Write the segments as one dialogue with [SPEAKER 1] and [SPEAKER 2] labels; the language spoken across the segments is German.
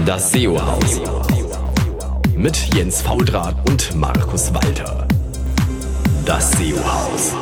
[SPEAKER 1] Das SEO-Haus mit Jens Faudrat und Markus Walter. Das SEO-Haus.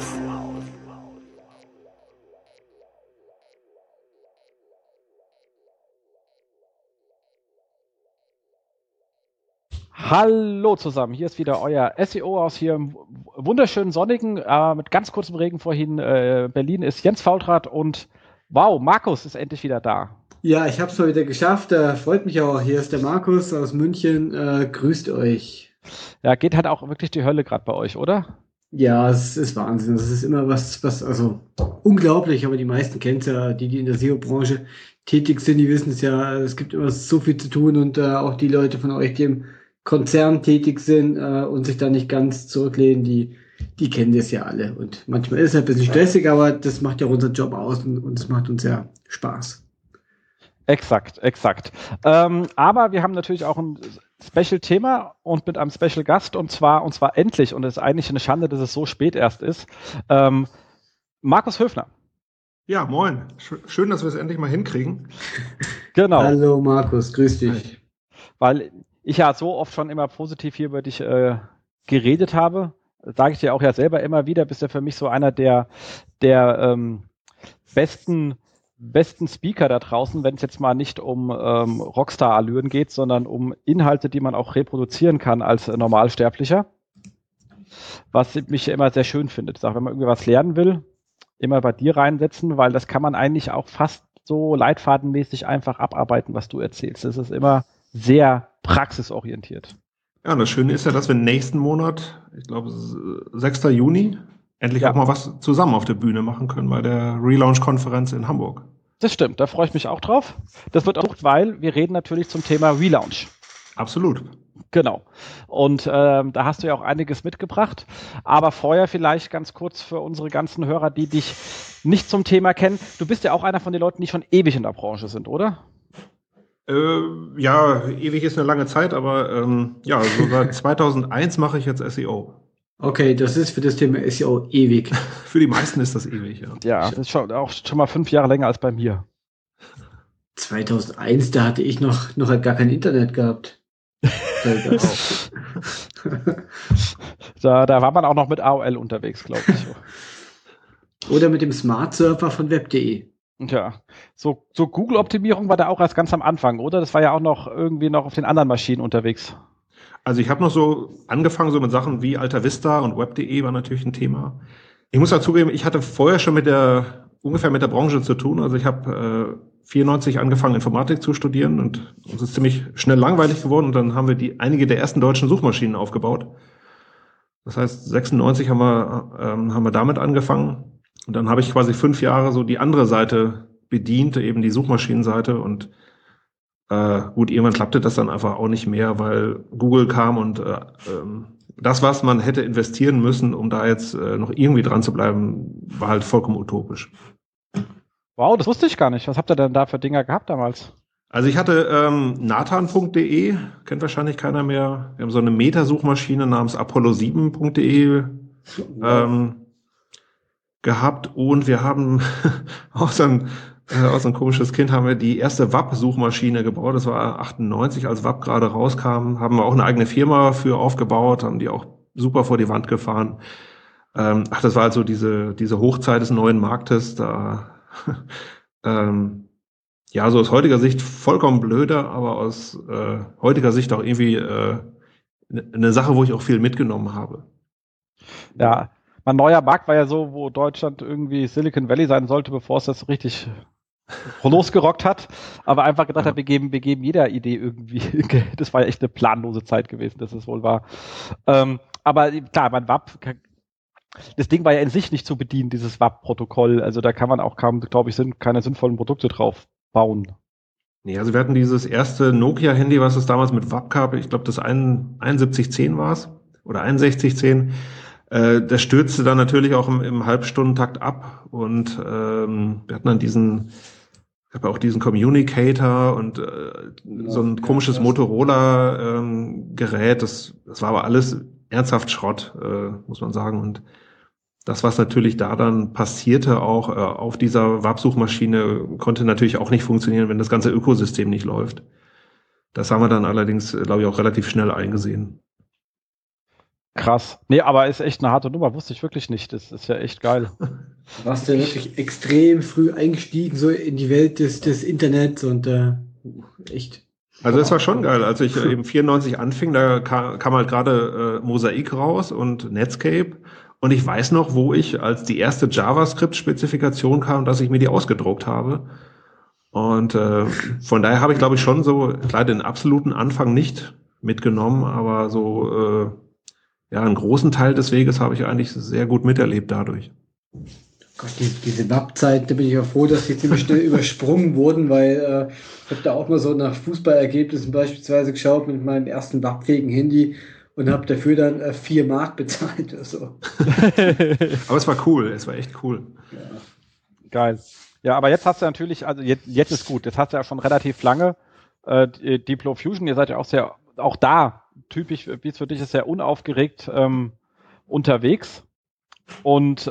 [SPEAKER 2] Hallo zusammen, hier ist wieder euer SEO aus hier im wunderschönen sonnigen, mit ganz kurzem Regen vorhin. Berlin ist Jens Faudrat und wow, Markus ist endlich wieder da.
[SPEAKER 3] Ja, ich habe es mal wieder geschafft. Freut mich auch. Hier ist der Markus aus München. Grüßt euch.
[SPEAKER 2] Ja, geht halt auch wirklich die Hölle gerade bei euch, oder?
[SPEAKER 3] Ja, es ist Wahnsinn. Es ist immer also unglaublich, aber die meisten kennen es ja, die in der SEO-Branche tätig sind, die wissen es ja. Es gibt immer so viel zu tun und auch die Leute von euch, die im Konzern tätig sind und sich da nicht ganz zurücklehnen, die kennen das ja alle. Und manchmal ist es ein bisschen stressig, aber das macht ja auch unseren Job aus und es macht uns ja Spaß.
[SPEAKER 2] Exakt. Aber wir haben natürlich auch ein Special-Thema und mit einem Special-Gast und zwar endlich, und es ist eigentlich eine Schande, dass es so spät erst ist, Markus Höfner.
[SPEAKER 4] Ja, moin. Schön, dass wir es endlich mal hinkriegen.
[SPEAKER 2] Genau.
[SPEAKER 3] Hallo Markus, grüß dich.
[SPEAKER 2] Weil ich ja so oft schon immer positiv hier über dich geredet habe, sage ich dir auch ja selber immer wieder, bist ja für mich so einer der besten Speaker da draußen, wenn es jetzt mal nicht um Rockstar-Allüren geht, sondern um Inhalte, die man auch reproduzieren kann als Normalsterblicher. Was mich immer sehr schön findet. Ich sage, wenn man irgendwie was lernen will, immer bei dir reinsetzen, weil das kann man eigentlich auch fast so leitfadenmäßig einfach abarbeiten, was du erzählst. Das ist immer sehr praxisorientiert.
[SPEAKER 4] Ja, und das Schöne ist ja, dass wir nächsten Monat, ich glaube 6. Juni, endlich auch mal was zusammen auf der Bühne machen können bei der Relaunch-Konferenz in Hamburg.
[SPEAKER 2] Das stimmt, da freue ich mich auch drauf. Das wird auch, weil wir reden natürlich zum Thema Relaunch.
[SPEAKER 4] Absolut.
[SPEAKER 2] Genau. Und da hast du ja auch einiges mitgebracht. Aber vorher vielleicht ganz kurz für unsere ganzen Hörer, die dich nicht zum Thema kennen. Du bist ja auch einer von den Leuten, die schon ewig in der Branche sind, oder?
[SPEAKER 4] Ja, ewig ist eine lange Zeit, aber so seit 2001 mache ich jetzt SEO.
[SPEAKER 3] Okay, das ist für das Thema SEO ewig.
[SPEAKER 4] Für die meisten ist das ewig, ja.
[SPEAKER 2] Ja, das ist schon mal 5 Jahre länger als bei mir.
[SPEAKER 3] 2001, da hatte ich noch gar kein Internet gehabt.
[SPEAKER 2] Da war man auch noch mit AOL unterwegs, glaube ich.
[SPEAKER 3] Oder mit dem Smart Surfer von web.de.
[SPEAKER 2] Ja, so Google-Optimierung war da auch erst ganz am Anfang, oder? Das war ja auch noch irgendwie noch auf den anderen Maschinen unterwegs.
[SPEAKER 4] Also ich habe noch so angefangen so mit Sachen wie Alta Vista und web.de war natürlich ein Thema. Ich muss dazugeben, ich hatte vorher schon ungefähr mit der Branche zu tun. Also ich habe 94 angefangen, Informatik zu studieren und uns ist ziemlich schnell langweilig geworden und dann haben wir einige der ersten deutschen Suchmaschinen aufgebaut. Das heißt, 96 haben wir damit angefangen. Und dann habe ich quasi 5 Jahre so die andere Seite bedient, eben die Suchmaschinenseite. Und gut, irgendwann klappte das dann einfach auch nicht mehr, weil Google kam und das, was man hätte investieren müssen, um da jetzt noch irgendwie dran zu bleiben, war halt vollkommen utopisch.
[SPEAKER 2] Wow, das wusste ich gar nicht. Was habt ihr denn da für Dinger gehabt damals?
[SPEAKER 4] Also ich hatte nathan.de, kennt wahrscheinlich keiner mehr. Wir haben so eine Meta-Suchmaschine namens apollo7.de gehabt und wir haben aus ein komisches Kind haben wir die erste WAP-Suchmaschine gebaut. Das war 98, als WAP gerade rauskam. Haben wir auch eine eigene Firma für aufgebaut, haben die auch super vor die Wand gefahren. Das war also diese Hochzeit des neuen Marktes. Da so aus heutiger Sicht vollkommen blöder, aber aus heutiger Sicht auch irgendwie eine Sache, wo ich auch viel mitgenommen habe.
[SPEAKER 2] Ja, mein neuer Markt war ja so, wo Deutschland irgendwie Silicon Valley sein sollte, bevor es das richtig losgerockt hat, aber einfach gedacht hat, wir geben jeder Idee irgendwie. Das war ja echt eine planlose Zeit gewesen, dass es wohl war. Aber klar, mein WAP, das Ding war ja in sich nicht zu bedienen, dieses WAP-Protokoll. Also da kann man auch glaube ich, keine sinnvollen Produkte drauf bauen.
[SPEAKER 4] Nee, also wir hatten dieses erste Nokia-Handy, was es damals mit WAP gab. Ich glaube, das 7110 war es oder 6110. Das stürzte dann natürlich auch im Halbstundentakt ab und wir hatten dann diesen Communicator und so ein komisches Motorola-Gerät. Das war aber alles ernsthaft Schrott, muss man sagen. Und das, was natürlich da dann passierte, auch auf dieser WAP-Suchmaschine, konnte natürlich auch nicht funktionieren, wenn das ganze Ökosystem nicht läuft. Das haben wir dann allerdings, glaube ich, auch relativ schnell eingesehen.
[SPEAKER 2] Krass. Nee, aber ist echt eine harte Nummer, wusste ich wirklich nicht. Das ist ja echt geil.
[SPEAKER 3] Warst du wirklich extrem früh eingestiegen, so in die Welt des Internets und echt.
[SPEAKER 4] Also es war schon geil, als ich eben 94 anfing, da kam halt gerade Mosaik raus und Netscape. Und ich weiß noch, wo ich, als die erste JavaScript-Spezifikation kam, dass ich mir die ausgedruckt habe. Und von daher habe ich, glaube ich, schon so, klar, den absoluten Anfang nicht mitgenommen, aber so einen großen Teil des Weges habe ich eigentlich sehr gut miterlebt dadurch.
[SPEAKER 3] Gott, diese WAP-Zeit, da bin ich auch froh, dass die ziemlich schnell übersprungen wurden, weil ich habe da auch mal so nach Fußballergebnissen beispielsweise geschaut mit meinem ersten WAP-fähigen Handy und habe dafür dann 4 Mark bezahlt oder so.
[SPEAKER 4] Aber es war cool, es war echt cool.
[SPEAKER 3] Ja.
[SPEAKER 2] Geil. Ja, aber jetzt hast du natürlich, also jetzt ist gut, jetzt hast du ja schon relativ lange Diplo Fusion, ihr seid ja auch sehr, auch da, typisch, wie es für dich ist, sehr unaufgeregt unterwegs und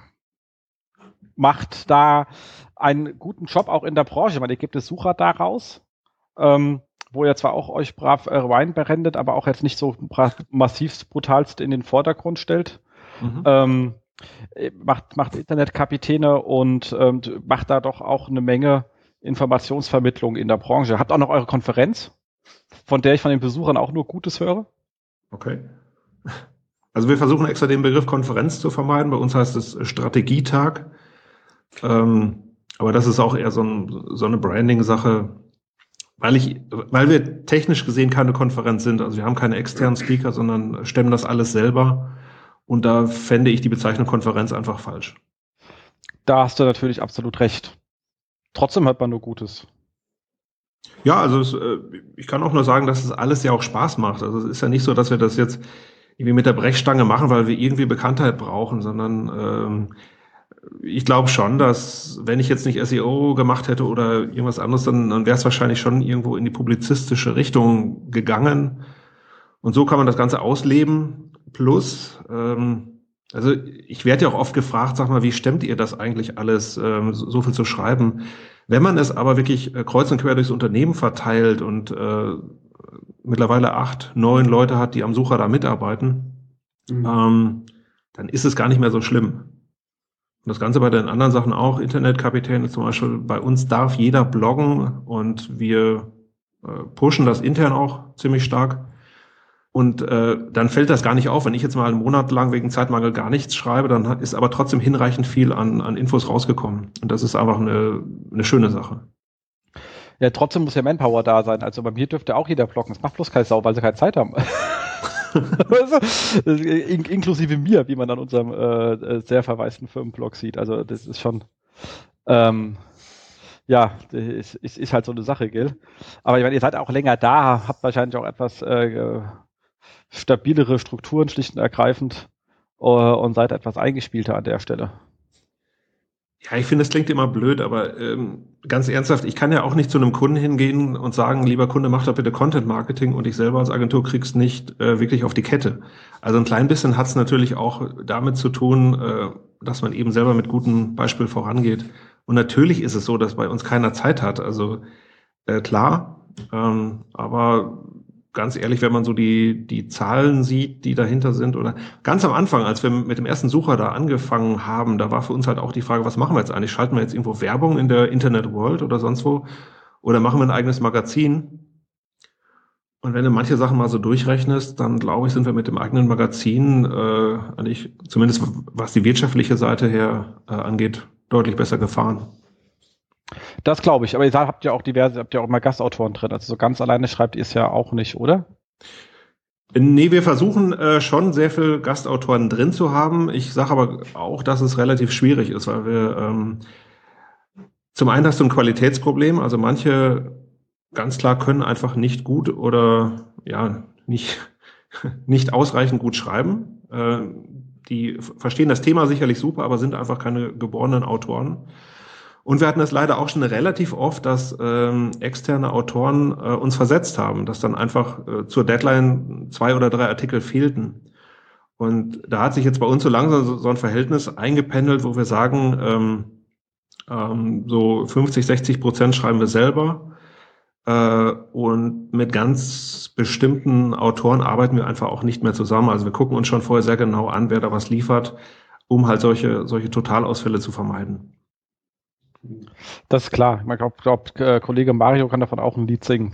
[SPEAKER 2] macht da einen guten Job auch in der Branche, weil ihr gebt das Suchrad da raus, wo ihr zwar auch euch brav Wein berendet, aber auch jetzt nicht so massivst brutalst in den Vordergrund stellt.
[SPEAKER 4] Mhm.
[SPEAKER 2] Macht Internetkapitäne und macht da doch auch eine Menge Informationsvermittlung in der Branche. Habt auch noch eure Konferenz, von der ich von den Besuchern auch nur Gutes höre?
[SPEAKER 4] Okay. Also wir versuchen extra den Begriff Konferenz zu vermeiden. Bei uns heißt es Strategietag. Aber das ist auch eher so eine Branding-Sache, weil wir technisch gesehen keine Konferenz sind. Also wir haben keine externen Speaker, sondern stemmen das alles selber. Und da fände ich die Bezeichnung Konferenz einfach falsch.
[SPEAKER 2] Da hast du natürlich absolut recht. Trotzdem hört man nur Gutes.
[SPEAKER 4] Ja, also ich kann auch nur sagen, dass es alles ja auch Spaß macht. Also es ist ja nicht so, dass wir das jetzt irgendwie mit der Brechstange machen, weil wir irgendwie Bekanntheit brauchen, sondern ich glaube schon, dass wenn ich jetzt nicht SEO gemacht hätte oder irgendwas anderes, dann wäre es wahrscheinlich schon irgendwo in die publizistische Richtung gegangen. Und so kann man das Ganze ausleben. Plus, also ich werde ja auch oft gefragt, sag mal, wie stemmt ihr das eigentlich alles, so viel zu schreiben? Wenn man es aber wirklich kreuz und quer durchs Unternehmen verteilt und mittlerweile 8, 9 Leute hat, die am Sucher da mitarbeiten, dann ist es gar nicht mehr so schlimm. Und das Ganze bei den anderen Sachen auch, Internetkapitäne zum Beispiel, bei uns darf jeder bloggen und wir pushen das intern auch ziemlich stark. Und dann fällt das gar nicht auf. Wenn ich jetzt mal einen Monat lang wegen Zeitmangel gar nichts schreibe, dann ist aber trotzdem hinreichend viel an Infos rausgekommen. Und das ist einfach eine schöne Sache.
[SPEAKER 2] Ja, trotzdem muss ja Manpower da sein. Also bei mir dürfte auch jeder bloggen. Es macht bloß keine Sau, weil sie keine Zeit haben. Inklusive mir, wie man an unserem sehr verwaisten Firmenblog sieht. Also das ist schon, ja, ist halt so eine Sache, gell? Aber ich meine, ihr seid auch länger da, habt wahrscheinlich auch etwas stabilere Strukturen, schlicht und ergreifend, und seid etwas eingespielter an der Stelle.
[SPEAKER 4] Ja, ich finde, das klingt immer blöd, aber ganz ernsthaft, ich kann ja auch nicht zu einem Kunden hingehen und sagen, lieber Kunde, mach doch bitte Content-Marketing und ich selber als Agentur krieg's nicht wirklich auf die Kette. Also ein klein bisschen hat's natürlich auch damit zu tun, dass man eben selber mit gutem Beispiel vorangeht. Und natürlich ist es so, dass bei uns keiner Zeit hat. Also klar, aber ganz ehrlich, wenn man so die Zahlen sieht, die dahinter sind, oder ganz am Anfang, als wir mit dem ersten Sucher da angefangen haben, da war für uns halt auch die Frage, was machen wir jetzt eigentlich? Schalten wir jetzt irgendwo Werbung in der Internet World oder sonst wo? Oder machen wir ein eigenes Magazin? Und wenn du manche Sachen mal so durchrechnest, dann glaube ich, sind wir mit dem eigenen Magazin eigentlich, zumindest was die wirtschaftliche Seite her angeht, deutlich besser gefahren.
[SPEAKER 2] Das glaube ich, aber ihr habt ja auch immer Gastautoren drin, also so ganz alleine schreibt ihr es ja auch nicht, oder?
[SPEAKER 4] Nee, wir versuchen schon sehr viel Gastautoren drin zu haben. Ich sage aber auch, dass es relativ schwierig ist, weil wir zum einen hast du ein Qualitätsproblem, also manche ganz klar können einfach nicht gut oder ja nicht ausreichend gut schreiben. Die verstehen das Thema sicherlich super, aber sind einfach keine geborenen Autoren. Und wir hatten es leider auch schon relativ oft, dass externe Autoren uns versetzt haben, dass dann einfach zur Deadline 2 oder 3 Artikel fehlten. Und da hat sich jetzt bei uns so langsam so ein Verhältnis eingependelt, wo wir sagen, so 50-60% schreiben wir selber. Und mit ganz bestimmten Autoren arbeiten wir einfach auch nicht mehr zusammen. Also wir gucken uns schon vorher sehr genau an, wer da was liefert, um halt solche Totalausfälle zu vermeiden.
[SPEAKER 2] Das ist klar. Ich glaube, Kollege Mario kann davon auch ein Lied singen.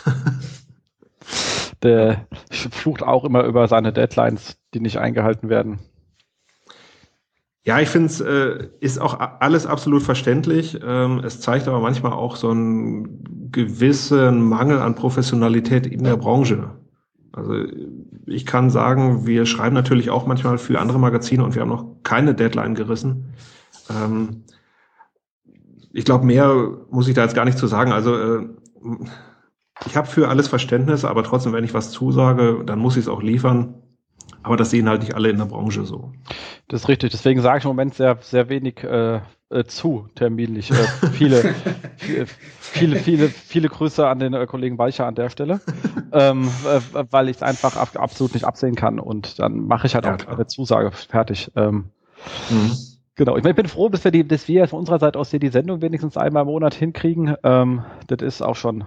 [SPEAKER 2] Der flucht auch immer über seine Deadlines, die nicht eingehalten werden.
[SPEAKER 4] Ja, ich finde es ist auch alles absolut verständlich. Es zeigt aber manchmal auch so einen gewissen Mangel an Professionalität in der Branche. Also ich kann sagen, wir schreiben natürlich auch manchmal für andere Magazine und wir haben noch keine Deadline gerissen. Ich glaube, mehr muss ich da jetzt gar nicht zu sagen. Also ich habe für alles Verständnis, aber trotzdem, wenn ich was zusage, dann muss ich es auch liefern. Aber das sehen halt nicht alle in der Branche so. Das
[SPEAKER 2] ist richtig. Deswegen sage ich im Moment sehr, sehr wenig zu terminlich. Viele Grüße an den Kollegen Weicher an der Stelle, weil ich es einfach absolut nicht absehen kann. Und dann mache ich halt auch eine Zusage fertig. Genau. Ich bin froh, dass wir von unserer Seite aus hier die Sendung wenigstens einmal im Monat hinkriegen. Das ist auch schon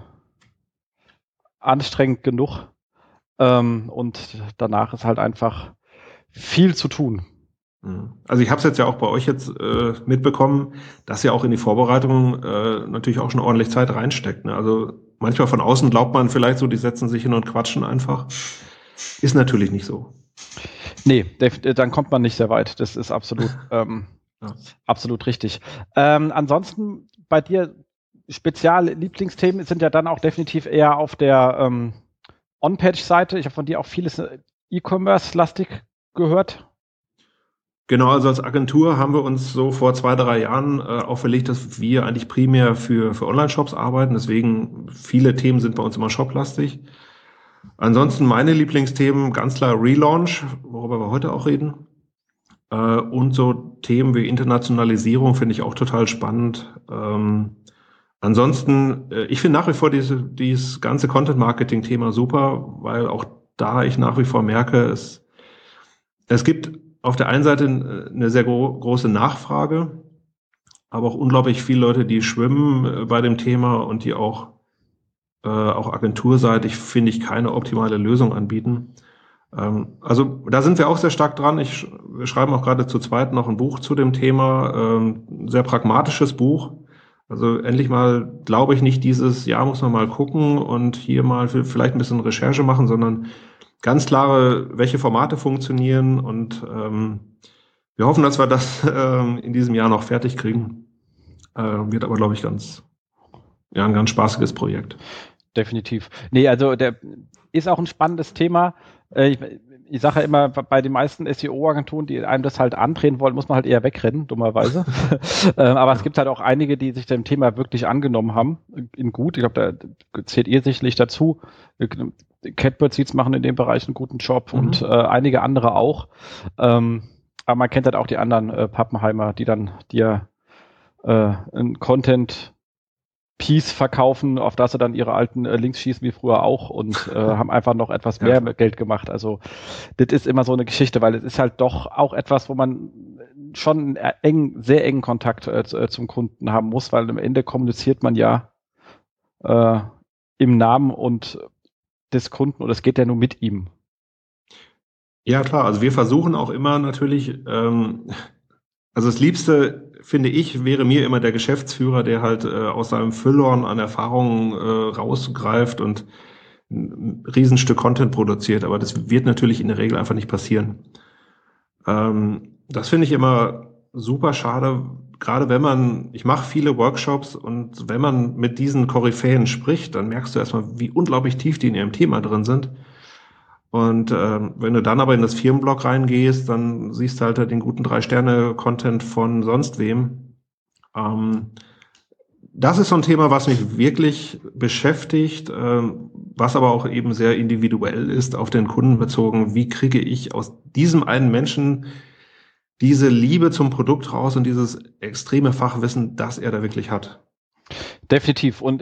[SPEAKER 2] anstrengend genug. Und danach ist halt einfach viel zu tun.
[SPEAKER 4] Also ich habe es jetzt ja auch bei euch jetzt mitbekommen, dass ihr auch in die Vorbereitung natürlich auch schon ordentlich Zeit reinsteckt. Ne? Also manchmal von außen glaubt man vielleicht so, die setzen sich hin und quatschen einfach. Ist natürlich nicht so.
[SPEAKER 2] Nee, dann kommt man nicht sehr weit. Das ist absolut, absolut richtig. Ansonsten bei dir Spezial-Lieblingsthemen sind ja dann auch definitiv eher auf der On-Page-Seite. Ich habe von dir auch vieles E-Commerce-lastig gehört.
[SPEAKER 4] Genau, also als Agentur haben wir uns so vor 2-3 Jahren auferlegt, dass wir eigentlich primär für Online-Shops arbeiten. Deswegen viele Themen sind bei uns immer shoplastig. Ansonsten meine Lieblingsthemen, ganz klar Relaunch, worüber wir heute auch reden. Und so Themen wie Internationalisierung finde ich auch total spannend. Ansonsten, ich finde nach wie vor dieses ganze Content-Marketing-Thema super, weil auch da ich nach wie vor merke, es gibt auf der einen Seite eine sehr große Nachfrage, aber auch unglaublich viele Leute, die schwimmen bei dem Thema und die auch agenturseitig, finde ich, keine optimale Lösung anbieten. Also da sind wir auch sehr stark dran. Wir schreiben auch gerade zu zweit noch ein Buch zu dem Thema, ein sehr pragmatisches Buch. Also endlich mal, glaube ich, nicht dieses Jahr muss man mal gucken und hier mal vielleicht ein bisschen Recherche machen, sondern ganz klare, welche Formate funktionieren und wir hoffen, dass wir das in diesem Jahr noch fertig kriegen. Wird aber, glaube ich, ein ganz spaßiges Projekt.
[SPEAKER 2] Definitiv. Nee, also der ist auch ein spannendes Thema. Ich sage ja immer, bei den meisten SEO-Agenturen, die einem das halt andrehen wollen, muss man halt eher wegrennen, dummerweise. Aber es gibt halt auch einige, die sich dem Thema wirklich angenommen haben, in gut. Ich glaube, da zählt ihr sicherlich dazu. Catbird Seeds machen in dem Bereich einen guten Job und einige andere auch. Aber man kennt halt auch die anderen Pappenheimer, die dann dir ein Content-Piece verkaufen, auf das sie dann ihre alten Links schießen wie früher auch und haben einfach noch etwas mehr Geld gemacht. Also das ist immer so eine Geschichte, weil es ist halt doch auch etwas, wo man schon sehr engen Kontakt zum Kunden haben muss, weil am Ende kommuniziert man ja im Namen und des Kunden und es geht ja nur mit ihm.
[SPEAKER 4] Ja, klar. Also wir versuchen auch immer natürlich, also das Liebste, finde ich, wäre mir immer der Geschäftsführer, der halt aus seinem Füllhorn an Erfahrungen rausgreift und ein Riesenstück Content produziert. Aber das wird natürlich in der Regel einfach nicht passieren. Das finde ich immer super schade, gerade ich mache viele Workshops und wenn man mit diesen Koryphäen spricht, dann merkst du erstmal, wie unglaublich tief die in ihrem Thema drin sind. Und wenn du dann aber in das Firmenblog reingehst, dann siehst du halt den guten 3-Sterne-Content von sonst wem. Das ist so ein Thema, was mich wirklich beschäftigt, was aber auch eben sehr individuell ist, auf den Kunden bezogen. Wie kriege ich aus diesem einen Menschen diese Liebe zum Produkt raus und dieses extreme Fachwissen, das er da wirklich hat?
[SPEAKER 2] Definitiv. Und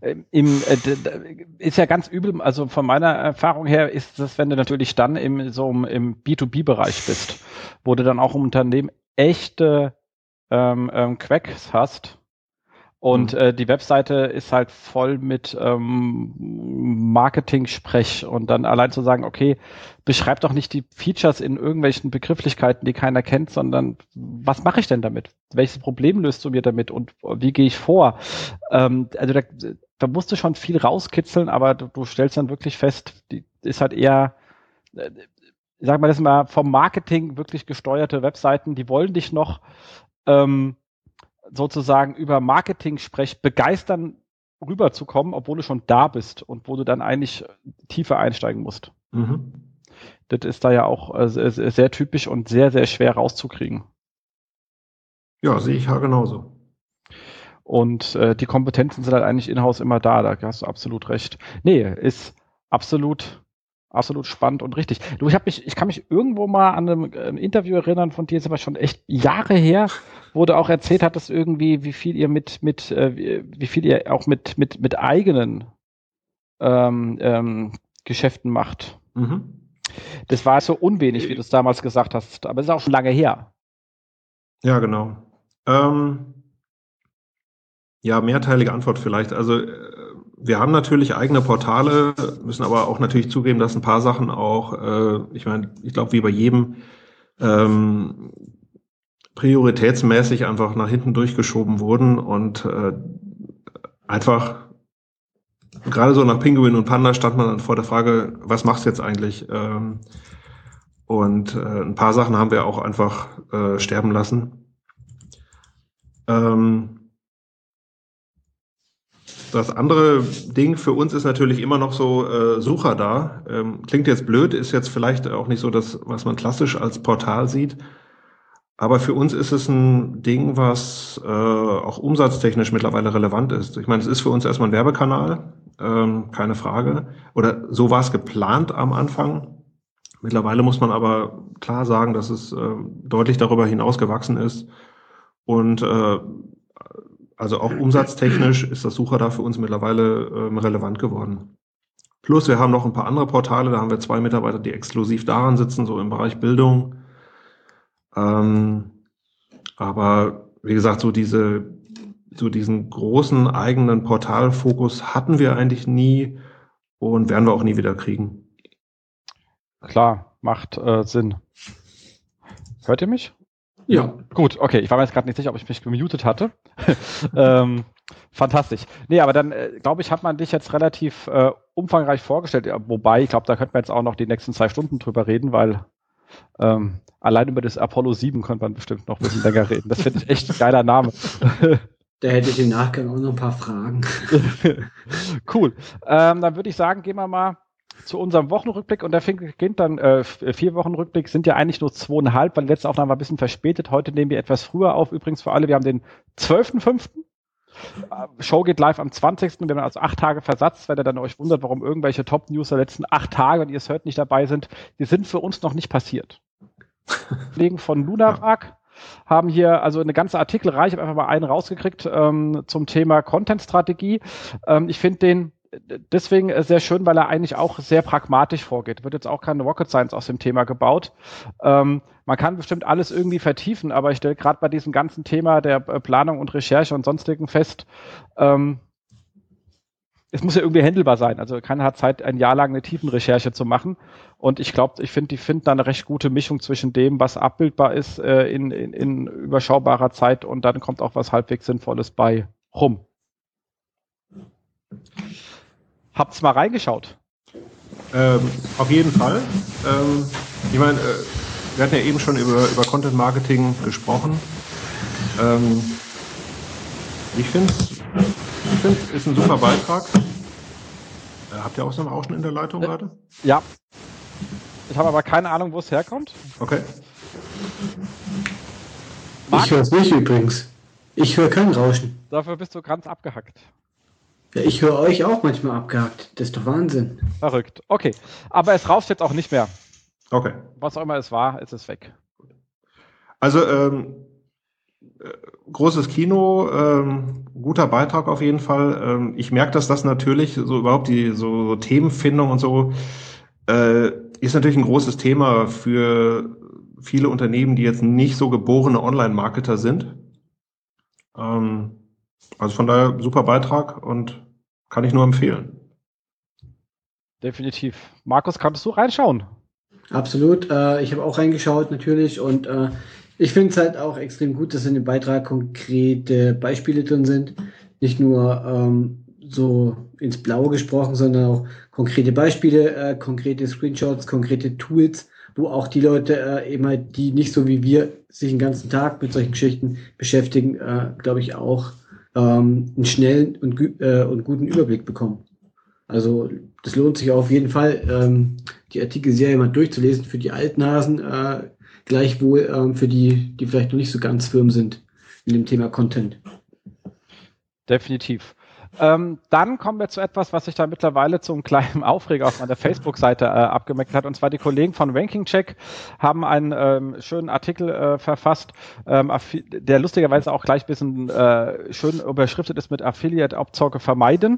[SPEAKER 2] ist ja ganz übel, also von meiner Erfahrung her ist das, wenn du natürlich dann im B2B-Bereich bist, wo du dann auch im Unternehmen echte Quacks hast Und die Webseite ist halt voll mit Marketing-Sprech und dann allein zu sagen, okay, beschreib doch nicht die Features in irgendwelchen Begrifflichkeiten, die keiner kennt, sondern was mache ich denn damit? Welches Problem löst du mir damit und wie gehe ich vor? Also da musst du schon viel rauskitzeln, aber du stellst dann wirklich fest, die ist halt eher, ich sag mal das mal, vom Marketing wirklich gesteuerte Webseiten, die wollen dich noch sozusagen über Marketing-Sprech begeistern, rüberzukommen, obwohl du schon da bist und wo du dann eigentlich tiefer einsteigen musst.
[SPEAKER 4] Mhm.
[SPEAKER 2] Das ist da ja auch sehr typisch und sehr, sehr schwer rauszukriegen.
[SPEAKER 4] Ja, sehe ich ja genauso.
[SPEAKER 2] Und die Kompetenzen sind halt eigentlich in-house immer da hast du absolut recht. Nee, ist absolut spannend und richtig. Du, ich kann mich irgendwo mal an einem Interview erinnern von dir, ist aber schon echt Jahre her, wo du auch erzählt hattest irgendwie, wie viel ihr wie viel ihr auch mit eigenen Geschäften macht.
[SPEAKER 4] Mhm.
[SPEAKER 2] Das war so unwenig, wie du es damals gesagt hast, aber das ist auch schon lange her.
[SPEAKER 4] Ja, genau. Ja, mehrteilige Antwort vielleicht. Also wir haben natürlich eigene Portale, müssen aber auch natürlich zugeben, dass ein paar Sachen auch, ich meine, ich glaube, wie bei jedem, prioritätsmäßig einfach nach hinten durchgeschoben wurden und einfach gerade so nach Pinguin und Panda stand man dann vor der Frage, was machst du jetzt eigentlich? Und ein paar Sachen haben wir auch einfach sterben lassen. Das andere Ding für uns ist natürlich immer noch so Sucher da. Klingt jetzt blöd, ist jetzt vielleicht auch nicht so das, was man klassisch als Portal sieht. Aber für uns ist es ein Ding, was auch umsatztechnisch mittlerweile relevant ist. Ich meine, es ist für uns erstmal ein Werbekanal, keine Frage. Oder so war es geplant am Anfang. Mittlerweile muss man aber klar sagen, dass es deutlich darüber hinaus gewachsen ist. Und also auch umsatztechnisch ist das Sucher da für uns mittlerweile relevant geworden. Plus wir haben noch ein paar andere Portale, da haben wir 2 Mitarbeiter, die exklusiv daran sitzen, so im Bereich Bildung. Aber wie gesagt, so diesen großen eigenen Portalfokus hatten wir eigentlich nie und werden wir auch nie wieder kriegen.
[SPEAKER 2] Klar, macht Sinn. Hört ihr mich?
[SPEAKER 3] Ja.
[SPEAKER 2] Gut, okay. Ich war mir jetzt gerade nicht sicher, ob ich mich gemutet hatte. Fantastisch. Nee, aber dann, glaube ich, hat man dich jetzt relativ umfangreich vorgestellt. Ja, wobei, ich glaube, da könnten wir jetzt auch noch die nächsten 2 Stunden drüber reden, weil allein über das Apollo 7 könnte man bestimmt noch ein bisschen länger reden. Das finde ich echt ein geiler Name.
[SPEAKER 3] Da hätte ich im Nachgang auch noch ein paar Fragen.
[SPEAKER 2] Cool. Dann würde ich sagen, gehen wir mal zu unserem Wochenrückblick und der beginnt dann 4 Wochen Rückblick, sind ja eigentlich nur 2,5, weil die letzte Aufnahme war ein bisschen verspätet. Heute nehmen wir etwas früher auf. Übrigens für alle, wir haben den 12.05. Show geht live am 20. Wir haben also 8 Tage Versatz, wenn ihr dann euch wundert, warum irgendwelche Top-News der letzten 8 Tage, und ihr es hört, nicht dabei sind. Die sind für uns noch nicht passiert. Kollegen von Lunarag haben hier also eine ganze Artikelreihe, ich habe einfach mal einen rausgekriegt zum Thema Content-Strategie. Ich finde den deswegen sehr schön, weil er eigentlich auch sehr pragmatisch vorgeht. Wird jetzt auch keine Rocket Science aus dem Thema gebaut. Man kann bestimmt alles irgendwie vertiefen, aber ich stelle gerade bei diesem ganzen Thema der Planung und Recherche und sonstigen fest, es muss ja irgendwie handelbar sein. Also keiner hat Zeit, ein Jahr lang eine Tiefenrecherche zu machen. Und ich glaube, die finden da eine recht gute Mischung zwischen dem, was abbildbar ist in überschaubarer Zeit, und dann kommt auch was halbwegs Sinnvolles bei rum. Habt's mal reingeschaut?
[SPEAKER 4] Auf jeden Fall. Ich meine, wir hatten ja eben schon über Content Marketing gesprochen. Ich finde, es ist ein super Beitrag. Habt ihr auch so ein Rauschen in der Leitung gerade?
[SPEAKER 2] Ja. Ich habe aber keine Ahnung, wo es herkommt.
[SPEAKER 4] Okay.
[SPEAKER 3] Ich höre es nicht übrigens. Ich höre kein Rauschen.
[SPEAKER 2] Dafür bist du ganz abgehackt.
[SPEAKER 3] Ja, ich höre euch auch manchmal abgehackt. Das ist doch Wahnsinn.
[SPEAKER 2] Verrückt. Okay. Aber es rauscht jetzt auch nicht mehr.
[SPEAKER 4] Okay.
[SPEAKER 2] Was auch immer es war, ist es weg.
[SPEAKER 4] Also, großes Kino, guter Beitrag auf jeden Fall. Ich merke, dass das natürlich so überhaupt die so Themenfindung und so ist natürlich ein großes Thema für viele Unternehmen, die jetzt nicht so geborene Online-Marketer sind. Also von daher super Beitrag und kann ich nur empfehlen.
[SPEAKER 2] Definitiv. Markus, kannst du reinschauen?
[SPEAKER 3] Absolut. Ich habe auch reingeschaut natürlich und ich finde es halt auch extrem gut, dass in dem Beitrag konkrete Beispiele drin sind. Nicht nur so ins Blaue gesprochen, sondern auch konkrete Beispiele, konkrete Screenshots, konkrete Tools, wo auch die Leute eben halt, die nicht so wie wir sich den ganzen Tag mit solchen Geschichten beschäftigen, glaube ich auch einen schnellen und guten Überblick bekommen. Also das lohnt sich auf jeden Fall, die Artikelserie mal durchzulesen für die Altnasen, gleichwohl für die, die vielleicht noch nicht so ganz firm sind in dem Thema Content.
[SPEAKER 2] Definitiv. Dann kommen wir zu etwas, was sich da mittlerweile zum kleinen Aufreger auf meiner Facebook-Seite abgemerkt hat. Und zwar die Kollegen von RankingCheck haben einen schönen Artikel verfasst, der lustigerweise auch gleich ein bisschen schön überschriftet ist mit Affiliate-Abzocke vermeiden.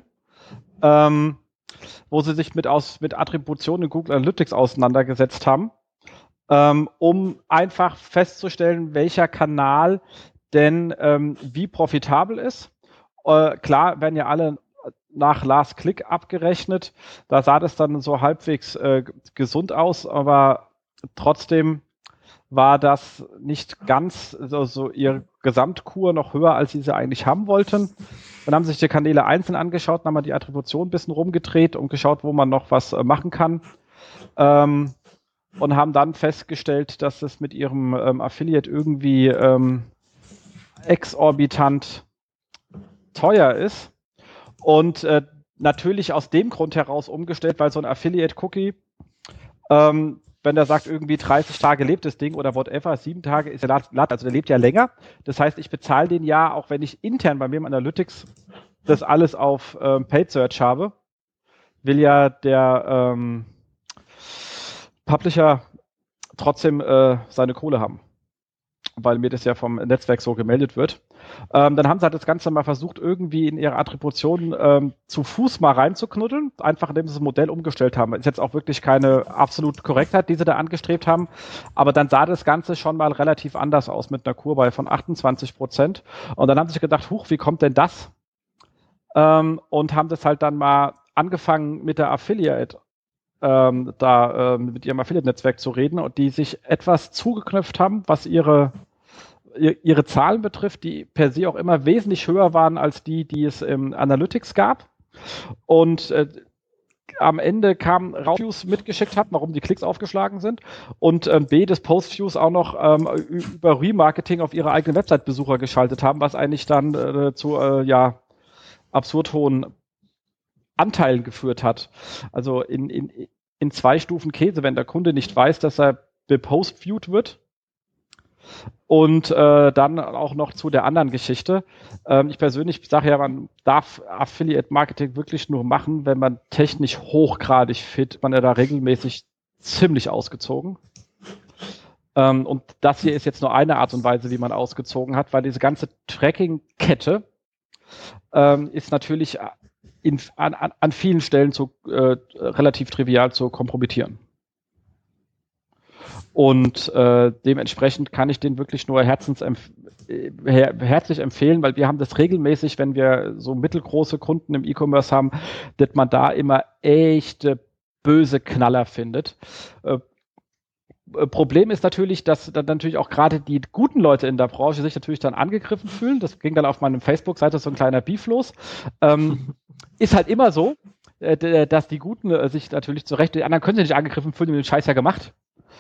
[SPEAKER 2] Wo sie sich mit Attribution in Google Analytics auseinandergesetzt haben, um einfach festzustellen, welcher Kanal denn wie profitabel ist. Klar werden ja alle nach Last Click abgerechnet. Da sah das dann so halbwegs gesund aus, aber trotzdem war das nicht ganz so ihr Gesamtkur noch höher, als sie eigentlich haben wollten. Dann haben sich die Kanäle einzeln angeschaut, dann haben wir die Attribution ein bisschen rumgedreht und geschaut, wo man noch was machen kann. Und haben dann festgestellt, dass es mit ihrem Affiliate irgendwie exorbitant teuer ist. Und natürlich aus dem Grund heraus umgestellt, weil so ein Affiliate-Cookie wenn der sagt, irgendwie 30 Tage lebt das Ding oder whatever, 7 Tage ist der also der lebt ja länger. Das heißt, ich bezahle den ja, auch wenn ich intern bei mir im Analytics das alles auf Paid Search habe, will ja der Publisher trotzdem seine Kohle haben, weil mir das ja vom Netzwerk so gemeldet wird. Dann haben sie halt das Ganze mal versucht, irgendwie in ihre Attribution zu Fuß mal reinzuknuddeln, einfach indem sie das Modell umgestellt haben. Ist jetzt auch wirklich keine absolute Korrektheit, die sie da angestrebt haben, aber dann sah das Ganze schon mal relativ anders aus mit einer Kurve von 28%. Und dann haben sie sich gedacht, huch, wie kommt denn das? Und haben das halt dann mal angefangen mit der Affiliate, mit ihrem Affiliate-Netzwerk zu reden und die sich etwas zugeknöpft haben, was ihre Zahlen betrifft, die per se auch immer wesentlich höher waren als die es im Analytics gab. Und am Ende kam Views mitgeschickt hat, warum die Klicks aufgeschlagen sind. Und B, das Post-Views auch noch über Remarketing auf ihre eigenen Website-Besucher geschaltet haben, was eigentlich dann zu absurd hohen Anteilen geführt hat. Also in 2 Stufen Käse, wenn der Kunde nicht weiß, dass er bepost-viewed wird. Und dann auch noch zu der anderen Geschichte. Ich persönlich sage ja, man darf Affiliate-Marketing wirklich nur machen, wenn man technisch hochgradig fit, man ist da regelmäßig ziemlich ausgezogen. Und das hier ist jetzt nur eine Art und Weise, wie man ausgezogen hat, weil diese ganze Tracking-Kette ist natürlich an vielen Stellen relativ trivial zu kompromittieren. Und dementsprechend kann ich den wirklich nur herzlich empfehlen, weil wir haben das regelmäßig, wenn wir so mittelgroße Kunden im E-Commerce haben, dass man da immer echte böse Knaller findet. Problem ist natürlich, dass dann natürlich auch gerade die guten Leute in der Branche sich natürlich dann angegriffen fühlen. Das ging dann auf meiner Facebook-Seite so ein kleiner Beef los. Ist halt immer so, dass die Guten sich natürlich zurecht, die anderen können sich nicht angegriffen fühlen, die haben den Scheiß ja gemacht.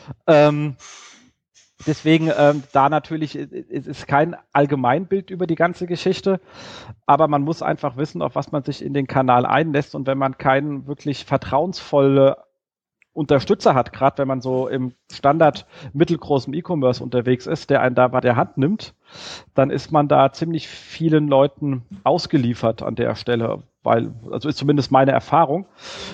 [SPEAKER 2] Deswegen da natürlich ist kein Allgemeinbild über die ganze Geschichte, aber man muss einfach wissen, auf was man sich in den Kanal einlässt, und wenn man keinen wirklich vertrauensvolle Unterstützer hat, gerade wenn man so im Standard mittelgroßen E-Commerce unterwegs ist, der einen da bei der Hand nimmt, dann ist man da ziemlich vielen Leuten ausgeliefert an der Stelle, weil, also ist zumindest meine Erfahrung,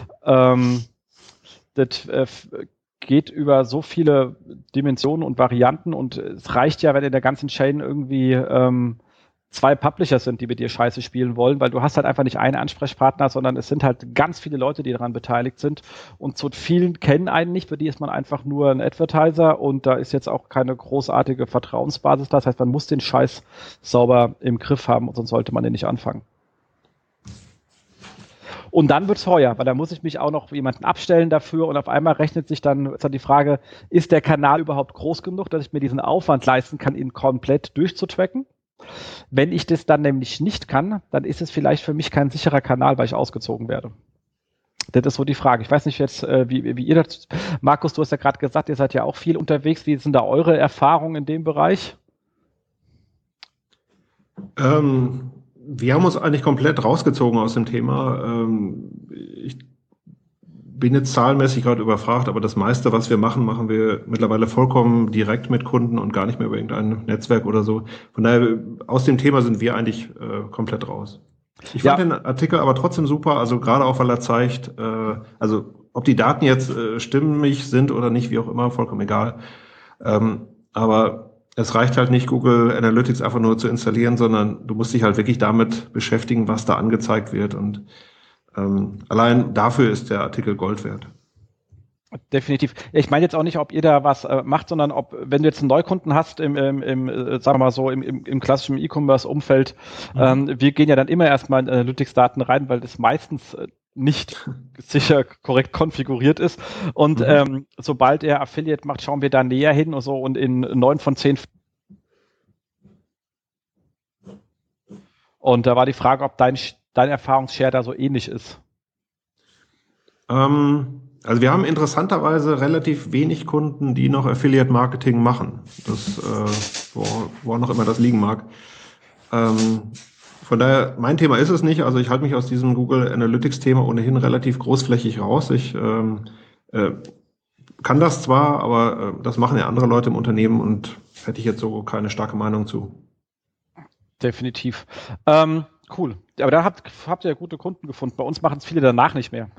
[SPEAKER 2] das geht über so viele Dimensionen und Varianten, und es reicht ja, wenn in der ganzen Chain irgendwie 2 Publisher sind, die mit dir Scheiße spielen wollen, weil du hast halt einfach nicht einen Ansprechpartner, sondern es sind halt ganz viele Leute, die daran beteiligt sind und so vielen kennen einen nicht, für die ist man einfach nur ein Advertiser und da ist jetzt auch keine großartige Vertrauensbasis da, das heißt, man muss den Scheiß sauber im Griff haben, sonst sollte man den nicht anfangen. Und dann wird's teuer, weil da muss ich mich auch noch jemanden abstellen dafür und auf einmal rechnet sich dann die Frage, ist der Kanal überhaupt groß genug, dass ich mir diesen Aufwand leisten kann, ihn komplett durchzutracken? Wenn ich das dann nämlich nicht kann, dann ist es vielleicht für mich kein sicherer Kanal, weil ich ausgezogen werde. Das ist so die Frage. Ich weiß nicht jetzt, wie ihr das, Markus, du hast ja gerade gesagt, ihr seid ja auch viel unterwegs. Wie sind da eure Erfahrungen in dem Bereich?
[SPEAKER 4] Wir haben uns eigentlich komplett rausgezogen aus dem Thema. Ich bin jetzt zahlenmäßig gerade überfragt, aber das meiste, was wir machen, machen wir mittlerweile vollkommen direkt mit Kunden und gar nicht mehr über irgendein Netzwerk oder so. Von daher, aus dem Thema sind wir eigentlich komplett raus. Ich fand den Artikel aber trotzdem super, also gerade auch, weil er zeigt, also ob die Daten jetzt stimmig sind oder nicht, wie auch immer, vollkommen egal. Aber es reicht halt nicht, Google Analytics einfach nur zu installieren, sondern du musst dich halt wirklich damit beschäftigen, was da angezeigt wird. Und allein dafür ist der Artikel Gold wert.
[SPEAKER 2] Definitiv. Ich meine jetzt auch nicht, ob ihr da was macht, sondern ob, wenn du jetzt einen Neukunden hast sagen wir mal so, im klassischen E-Commerce-Umfeld, wir gehen ja dann immer erstmal in Analytics-Daten rein, weil das meistens nicht sicher korrekt konfiguriert ist. Und sobald er Affiliate macht, schauen wir da näher hin und so und in 9 von 10. Und da war die Frage, ob dein Erfahrungsshare da so ähnlich ist.
[SPEAKER 4] Also wir haben interessanterweise relativ wenig Kunden, die noch Affiliate-Marketing machen. Das, wo noch immer das liegen mag. Von daher, mein Thema ist es nicht. Also ich halte mich aus diesem Google Analytics-Thema ohnehin relativ großflächig raus. Ich kann das zwar, aber das machen ja andere Leute im Unternehmen und hätte ich jetzt so keine starke Meinung zu.
[SPEAKER 2] Definitiv. Cool. Aber da habt ihr ja gute Kunden gefunden. Bei uns machen es viele danach nicht mehr.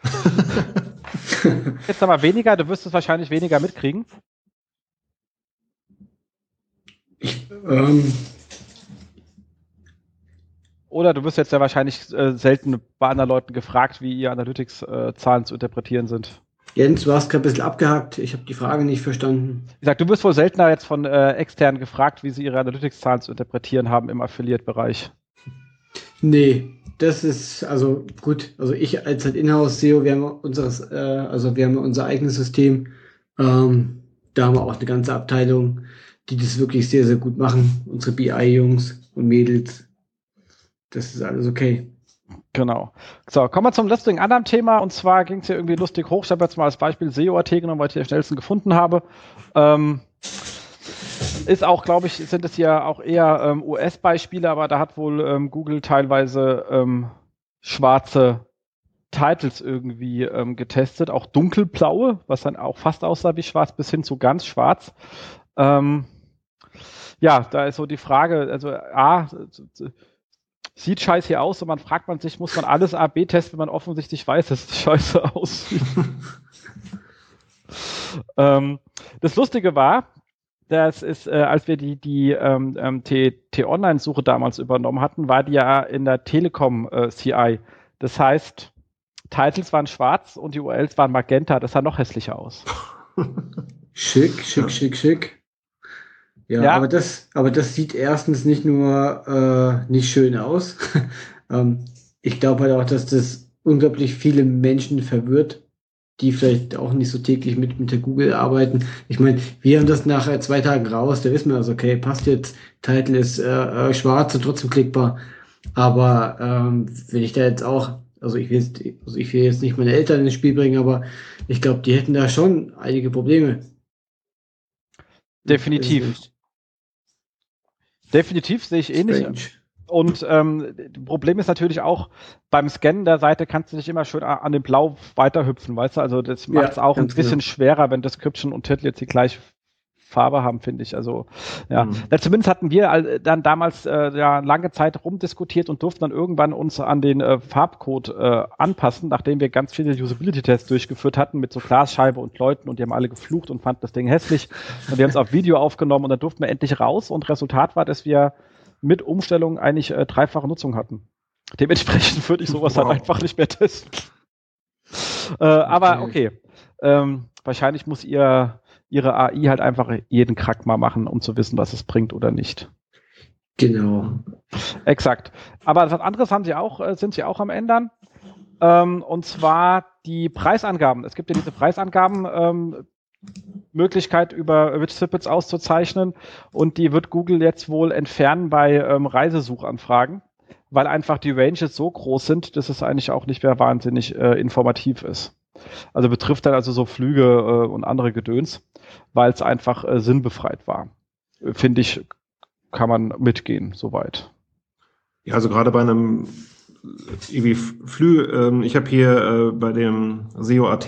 [SPEAKER 2] Jetzt aber weniger, du wirst es wahrscheinlich weniger mitkriegen. Oder du wirst jetzt ja wahrscheinlich selten bei anderen Leuten gefragt, wie ihr Analytics-Zahlen zu interpretieren sind.
[SPEAKER 3] Jens, du hast gerade ein bisschen abgehakt. Ich habe die Frage nicht verstanden.
[SPEAKER 2] Wie gesagt, du wirst wohl seltener jetzt von externen gefragt, wie sie ihre Analytics-Zahlen zu interpretieren haben im Affiliate-Bereich.
[SPEAKER 3] Nee, das ist, also gut, also ich als halt Inhouse-SEO, wir haben unser eigenes System, da haben wir auch eine ganze Abteilung, die das wirklich sehr, sehr gut machen, unsere BI-Jungs und Mädels, das ist alles okay.
[SPEAKER 2] Genau. So, kommen wir zum letzten anderen Thema, und zwar ging es hier irgendwie lustig hoch, ich habe jetzt mal als Beispiel SEO.at genommen, weil ich die am schnellsten gefunden habe. Ist auch, glaube ich, sind es ja auch eher US-Beispiele, aber da hat wohl Google teilweise schwarze Titles irgendwie getestet, auch dunkelblaue, was dann auch fast aussah wie schwarz, bis hin zu ganz schwarz. Ja, da ist so die Frage, also sieht scheiße hier aus und man fragt sich, muss man alles A/B testen, wenn man offensichtlich weiß, dass es scheiße aussieht. Das Lustige war, das ist, als wir die T-Online-Suche damals übernommen hatten, war die ja in der Telekom-CI. Das heißt, Titles waren schwarz und die URLs waren magenta. Das sah noch hässlicher aus.
[SPEAKER 3] Schick. Ja. Aber das sieht erstens nicht nur nicht schön aus. Ich glaube halt auch, dass das unglaublich viele Menschen verwirrt, die vielleicht auch nicht so täglich mit der Google arbeiten. Ich meine, wir haben das nach 2 Tagen raus, da wissen wir also, okay, passt jetzt, Titel ist schwarz und trotzdem klickbar. Aber wenn ich da jetzt auch, also ich will jetzt nicht meine Eltern ins Spiel bringen, aber ich glaube, die hätten da schon einige Probleme.
[SPEAKER 2] Definitiv sehe ich ähnlich. Und das Problem ist natürlich auch, beim Scannen der Seite kannst du nicht immer schön an dem Blau weiterhüpfen, weißt du? Also das macht es auch ein bisschen schwerer, wenn Description und Titel jetzt die gleiche Farbe haben, finde ich. Also ja, zumindest hatten wir dann damals lange Zeit rumdiskutiert und durften dann irgendwann uns an den Farbcode anpassen, nachdem wir ganz viele Usability-Tests durchgeführt hatten mit so Glasscheibe und Leuten, und die haben alle geflucht und fanden das Ding hässlich. Und wir haben es auf Video aufgenommen und dann durften wir endlich raus, und Resultat war, dass wir mit Umstellung eigentlich dreifache Nutzung hatten. Dementsprechend würde ich sowas halt einfach nicht mehr testen. Aber okay. Wahrscheinlich muss ihre AI halt einfach jeden Krack mal machen, um zu wissen, was es bringt oder nicht.
[SPEAKER 3] Genau.
[SPEAKER 2] Exakt. Aber was anderes sind sie auch am ändern. Und zwar die Preisangaben. Es gibt ja diese Preisangaben, Möglichkeit über Rich Snippets auszuzeichnen, und die wird Google jetzt wohl entfernen bei Reisesuchanfragen, weil einfach die Ranges so groß sind, dass es eigentlich auch nicht mehr wahnsinnig informativ ist. Also betrifft dann also so Flüge und andere Gedöns, weil es einfach sinnbefreit war. Finde ich, kann man mitgehen, soweit.
[SPEAKER 4] Ja, also gerade bei einem irgendwie ich habe hier bei dem SEO.at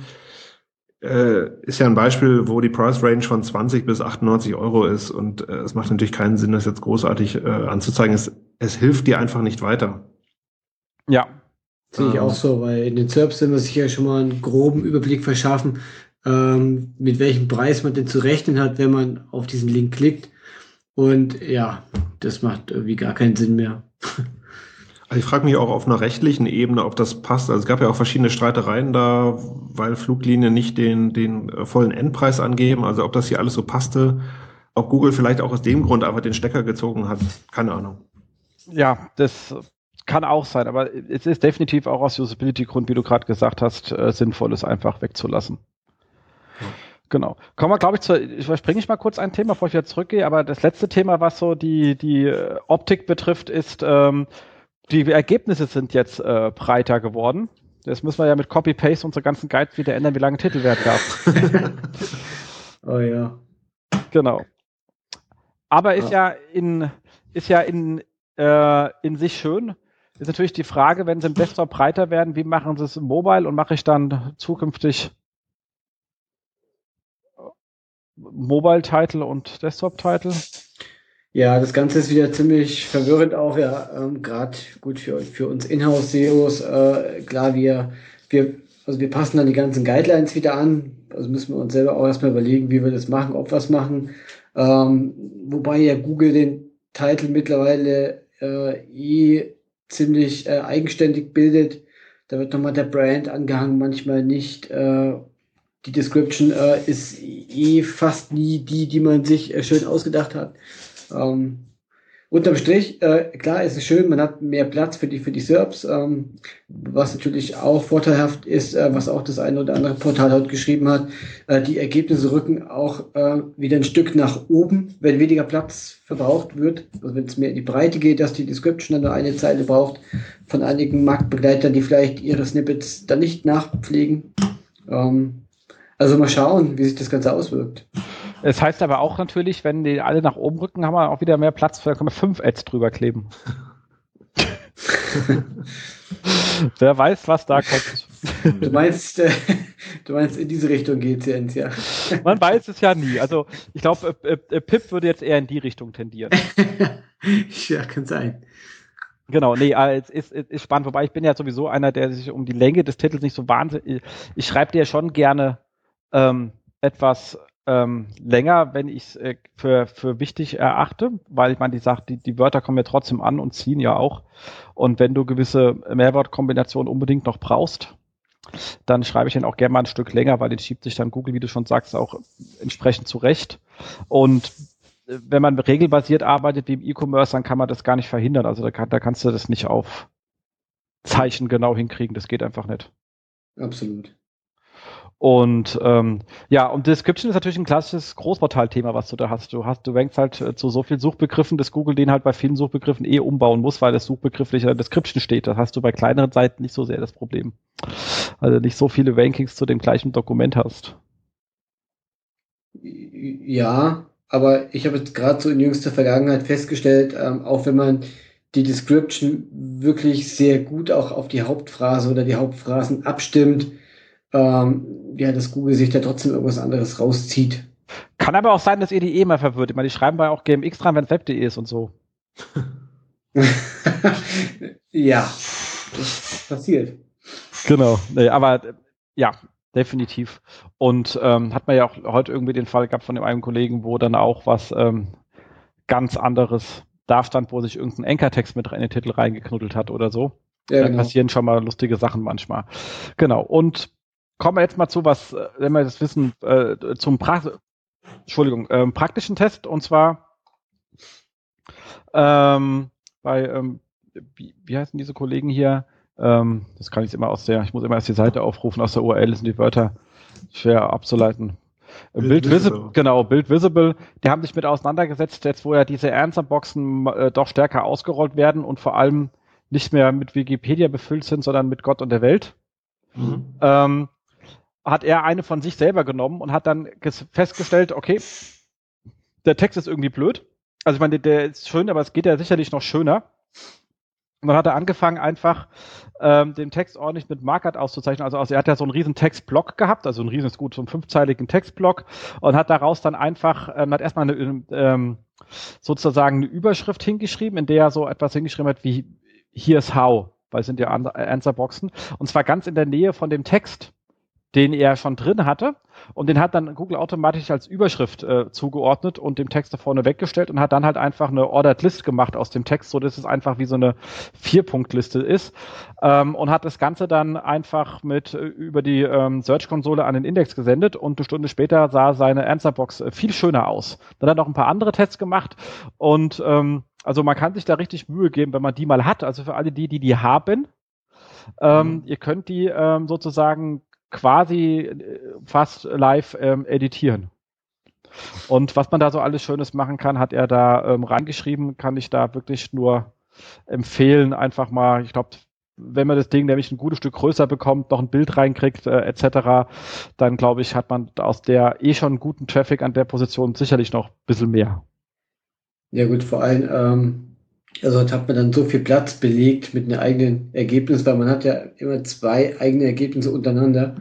[SPEAKER 4] ist ja ein Beispiel, wo die Price Range von 20 bis 98 Euro ist, und es macht natürlich keinen Sinn, das jetzt großartig anzuzeigen. Es hilft dir einfach nicht weiter.
[SPEAKER 2] Ja.
[SPEAKER 3] Sehe ich auch so, weil in den SERPs will man sich ja schon mal einen groben Überblick verschaffen, mit welchem Preis man denn zu rechnen hat, wenn man auf diesen Link klickt. Und ja, das macht irgendwie gar keinen Sinn mehr.
[SPEAKER 4] Also ich frage mich auch auf einer rechtlichen Ebene, ob das passt. Also es gab ja auch verschiedene Streitereien da, weil Fluglinien nicht den vollen Endpreis angeben. Also ob das hier alles so passte, ob Google vielleicht auch aus dem Grund einfach den Stecker gezogen hat. Keine Ahnung.
[SPEAKER 2] Ja, das kann auch sein, aber es ist definitiv auch aus Usability-Grund, wie du gerade gesagt hast, sinnvoll, es einfach wegzulassen. Ja. Genau. Kommen wir, glaube ich, überspringe ich mal kurz ein Thema, bevor ich wieder zurückgehe, aber das letzte Thema, was so die Optik betrifft, ist, die Ergebnisse sind jetzt breiter geworden. Das müssen wir ja mit Copy-Paste unsere ganzen Guides wieder ändern, wie lange Titel werden darf.
[SPEAKER 3] Oh ja.
[SPEAKER 2] Genau. Aber ist ja in sich schön. Ist natürlich die Frage, wenn sie im Desktop breiter werden, wie machen sie es im Mobile, und mache ich dann zukünftig Mobile-Title und Desktop-Title?
[SPEAKER 3] Ja, das Ganze ist wieder ziemlich verwirrend auch, ja, gerade gut für uns Inhouse-SEOs, klar, wir passen dann die ganzen Guidelines wieder an, also müssen wir uns selber auch erstmal überlegen, wie wir das machen, ob wir es machen, wobei ja Google den Title mittlerweile ziemlich eigenständig bildet. Da wird nochmal der Brand angehangen, manchmal nicht. Die Description ist fast nie die man sich schön ausgedacht hat. Unterm Strich, klar, ist es schön, man hat mehr Platz für die SERPs, was natürlich auch vorteilhaft ist, was auch das eine oder andere Portal heute geschrieben hat. Die Ergebnisse rücken auch wieder ein Stück nach oben, wenn weniger Platz verbraucht wird. Also wenn es mehr in die Breite geht, dass die Description dann nur eine Zeile braucht, von einigen Marktbegleitern, die vielleicht ihre Snippets dann nicht nachpflegen. Also mal schauen, wie sich das Ganze auswirkt.
[SPEAKER 2] Es heißt aber auch natürlich, wenn die alle nach oben rücken, haben wir auch wieder mehr Platz, da können wir 5 Ads drüber kleben. Wer weiß, was da kommt.
[SPEAKER 3] Du meinst, in diese Richtung geht's, Jens, ja.
[SPEAKER 2] Man weiß es ja nie. Also ich glaube, Pip würde jetzt eher in die Richtung tendieren.
[SPEAKER 3] Ja, kann sein.
[SPEAKER 2] Genau, nee, es ist spannend, wobei ich bin ja sowieso einer, der sich um die Länge des Titels nicht so wahnsinnig. Ich schreibe dir schon gerne etwas länger, wenn ich es für wichtig erachte, weil ich meine, die Wörter kommen ja trotzdem an und ziehen ja auch. Und wenn du gewisse Mehrwortkombinationen unbedingt noch brauchst, dann schreibe ich den auch gerne mal ein Stück länger, weil den schiebt sich dann Google, wie du schon sagst, auch entsprechend zurecht. Und wenn man regelbasiert arbeitet wie im E-Commerce, dann kann man das gar nicht verhindern. Also da kannst du das nicht auf Zeichen genau hinkriegen. Das geht einfach nicht.
[SPEAKER 3] Absolut.
[SPEAKER 2] Und und Description ist natürlich ein klassisches Großportal-Thema, was du da hast. Du rankst halt zu so vielen Suchbegriffen, dass Google den halt bei vielen Suchbegriffen umbauen muss, weil das Suchbegriff nicht in der Description steht. Das hast du bei kleineren Seiten nicht so sehr das Problem. Also nicht so viele Rankings zu dem gleichen Dokument hast.
[SPEAKER 3] Ja, aber ich habe jetzt gerade so in jüngster Vergangenheit festgestellt, auch wenn man die Description wirklich sehr gut auch auf die Hauptphrase oder die Hauptphrasen abstimmt, dass Google sich da trotzdem irgendwas anderes rauszieht.
[SPEAKER 2] Kann aber auch sein, dass ihr die immer verwirrt. Ich meine, die schreiben bei auch GMX dran, wenn es web.de ist und so.
[SPEAKER 3] Ja, das passiert.
[SPEAKER 2] Genau, aber ja, definitiv. Und hat man ja auch heute irgendwie den Fall gehabt von einem Kollegen, wo dann auch was ganz anderes da stand, wo sich irgendein Anchor-Text mit in den Titel reingeknuddelt hat oder so.
[SPEAKER 3] Ja,
[SPEAKER 2] Da
[SPEAKER 3] genau.
[SPEAKER 2] passieren schon mal lustige Sachen manchmal. Genau. Und kommen wir jetzt mal zu was, wenn wir das wissen, zum praktischen Test. Und zwar bei, wie heißen diese Kollegen hier? Das kann ich immer ich muss immer erst die Seite aufrufen, aus der URL sind die Wörter schwer abzuleiten. Build Visible, genau, Build Visible, die haben sich mit auseinandergesetzt, jetzt wo ja diese Answerboxen doch stärker ausgerollt werden und vor allem nicht mehr mit Wikipedia befüllt sind, sondern mit Gott und der Welt. Hat er eine von sich selber genommen und hat dann festgestellt, okay, der Text ist irgendwie blöd. Also ich meine, der ist schön, aber es geht ja sicherlich noch schöner. Und dann hat er angefangen, einfach den Text ordentlich mit Markert auszuzeichnen. Also er hat ja so einen riesen Textblock gehabt, also so einen 5-zeiligen Textblock und hat daraus dann einfach, hat erstmal sozusagen eine Überschrift hingeschrieben, in der er so etwas hingeschrieben hat wie Here's How, weil es sind ja Answerboxen. Und zwar ganz in der Nähe von dem Text, den er schon drin hatte. Und den hat dann Google automatisch als Überschrift zugeordnet und dem Text da vorne weggestellt und hat dann halt einfach eine Ordered List gemacht aus dem Text, so dass es einfach wie so eine 4-Punkt-Liste ist. Und hat das Ganze dann einfach über die Search-Konsole an den Index gesendet und eine Stunde später sah seine Answerbox viel schöner aus. Dann hat er noch ein paar andere Tests gemacht und also man kann sich da richtig Mühe geben, wenn man die mal hat. Also für alle die haben, ihr könnt die sozusagen quasi fast live editieren. Und was man da so alles Schönes machen kann, hat er da reingeschrieben, kann ich da wirklich nur empfehlen, einfach mal, ich glaube, wenn man das Ding nämlich ein gutes Stück größer bekommt, noch ein Bild reinkriegt, etc., dann glaube ich, hat man aus der schon guten Traffic an der Position sicherlich noch ein bisschen mehr.
[SPEAKER 3] Ja gut, vor allem, also hat man dann so viel Platz belegt mit einem eigenen Ergebnis, weil man hat ja immer 2 eigene Ergebnisse untereinander.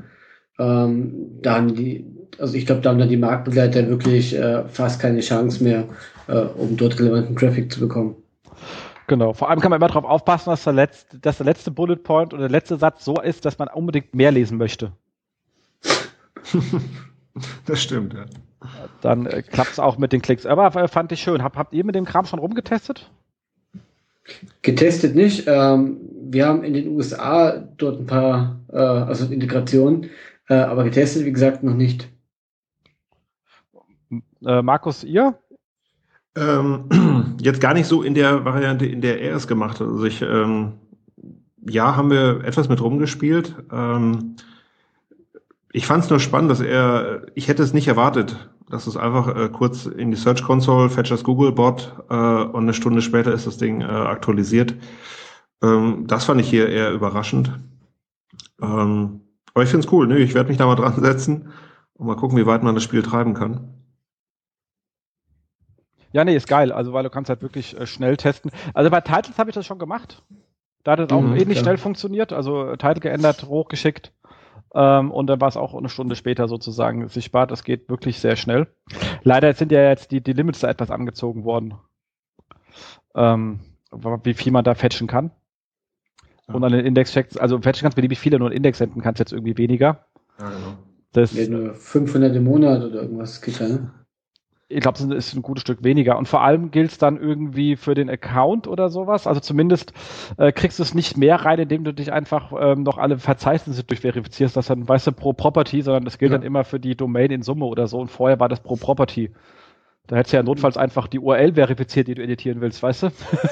[SPEAKER 3] Also ich glaube, da haben dann die Marktbegleiter wirklich fast keine Chance mehr, um dort relevanten Traffic zu bekommen.
[SPEAKER 2] Genau, vor allem kann man immer darauf aufpassen, dass der letzte Bullet Point oder der letzte Satz so ist, dass man unbedingt mehr lesen möchte.
[SPEAKER 4] Das stimmt, ja.
[SPEAKER 2] Dann klappt es auch mit den Klicks. Aber fand ich schön. Habt ihr mit dem Kram schon rumgetestet?
[SPEAKER 3] Getestet nicht. Wir haben in den USA dort ein paar Integrationen, aber getestet, wie gesagt, noch nicht.
[SPEAKER 2] Markus, ihr?
[SPEAKER 4] Jetzt gar nicht so in der Variante, in der er es gemacht hat. Also ja, haben wir etwas mit rumgespielt. Ich fand es nur spannend, ich hätte es nicht erwartet, dass es einfach kurz in die Search Console, fetch das Googlebot und eine Stunde später ist das Ding aktualisiert. Das fand ich hier eher überraschend. Aber ich finde es cool. Ich werde mich da mal dran setzen und mal gucken, wie weit man das Spiel treiben kann.
[SPEAKER 2] Ja, nee, ist geil. Also, weil du kannst halt wirklich schnell testen. Also bei Titles habe ich das schon gemacht. Da hat es auch ähnlich schnell funktioniert. Also Title geändert, hochgeschickt. Und dann war es auch eine Stunde später sozusagen sichtbar. Das geht wirklich sehr schnell. Leider sind ja jetzt die Limits da etwas angezogen worden. Wie viel man da fetchen kann. Ja. Und an den Index-Checks, also fetchen kannst beliebig viele, nur einen Index senden kannst jetzt irgendwie weniger.
[SPEAKER 4] Ja, genau.
[SPEAKER 3] Das nur 500 im Monat oder irgendwas geht da, ne?
[SPEAKER 2] Ich glaube, es ist ein gutes Stück weniger. Und vor allem gilt es dann irgendwie für den Account oder sowas. Also zumindest kriegst du es nicht mehr rein, indem du dich einfach noch alle Verzeichnisse durchverifizierst. Das dann, weißt du, pro Property, sondern das gilt dann immer für die Domain in Summe oder so. Und vorher war das pro Property. Da hättest du ja notfalls einfach die URL verifiziert, die du editieren willst, weißt du?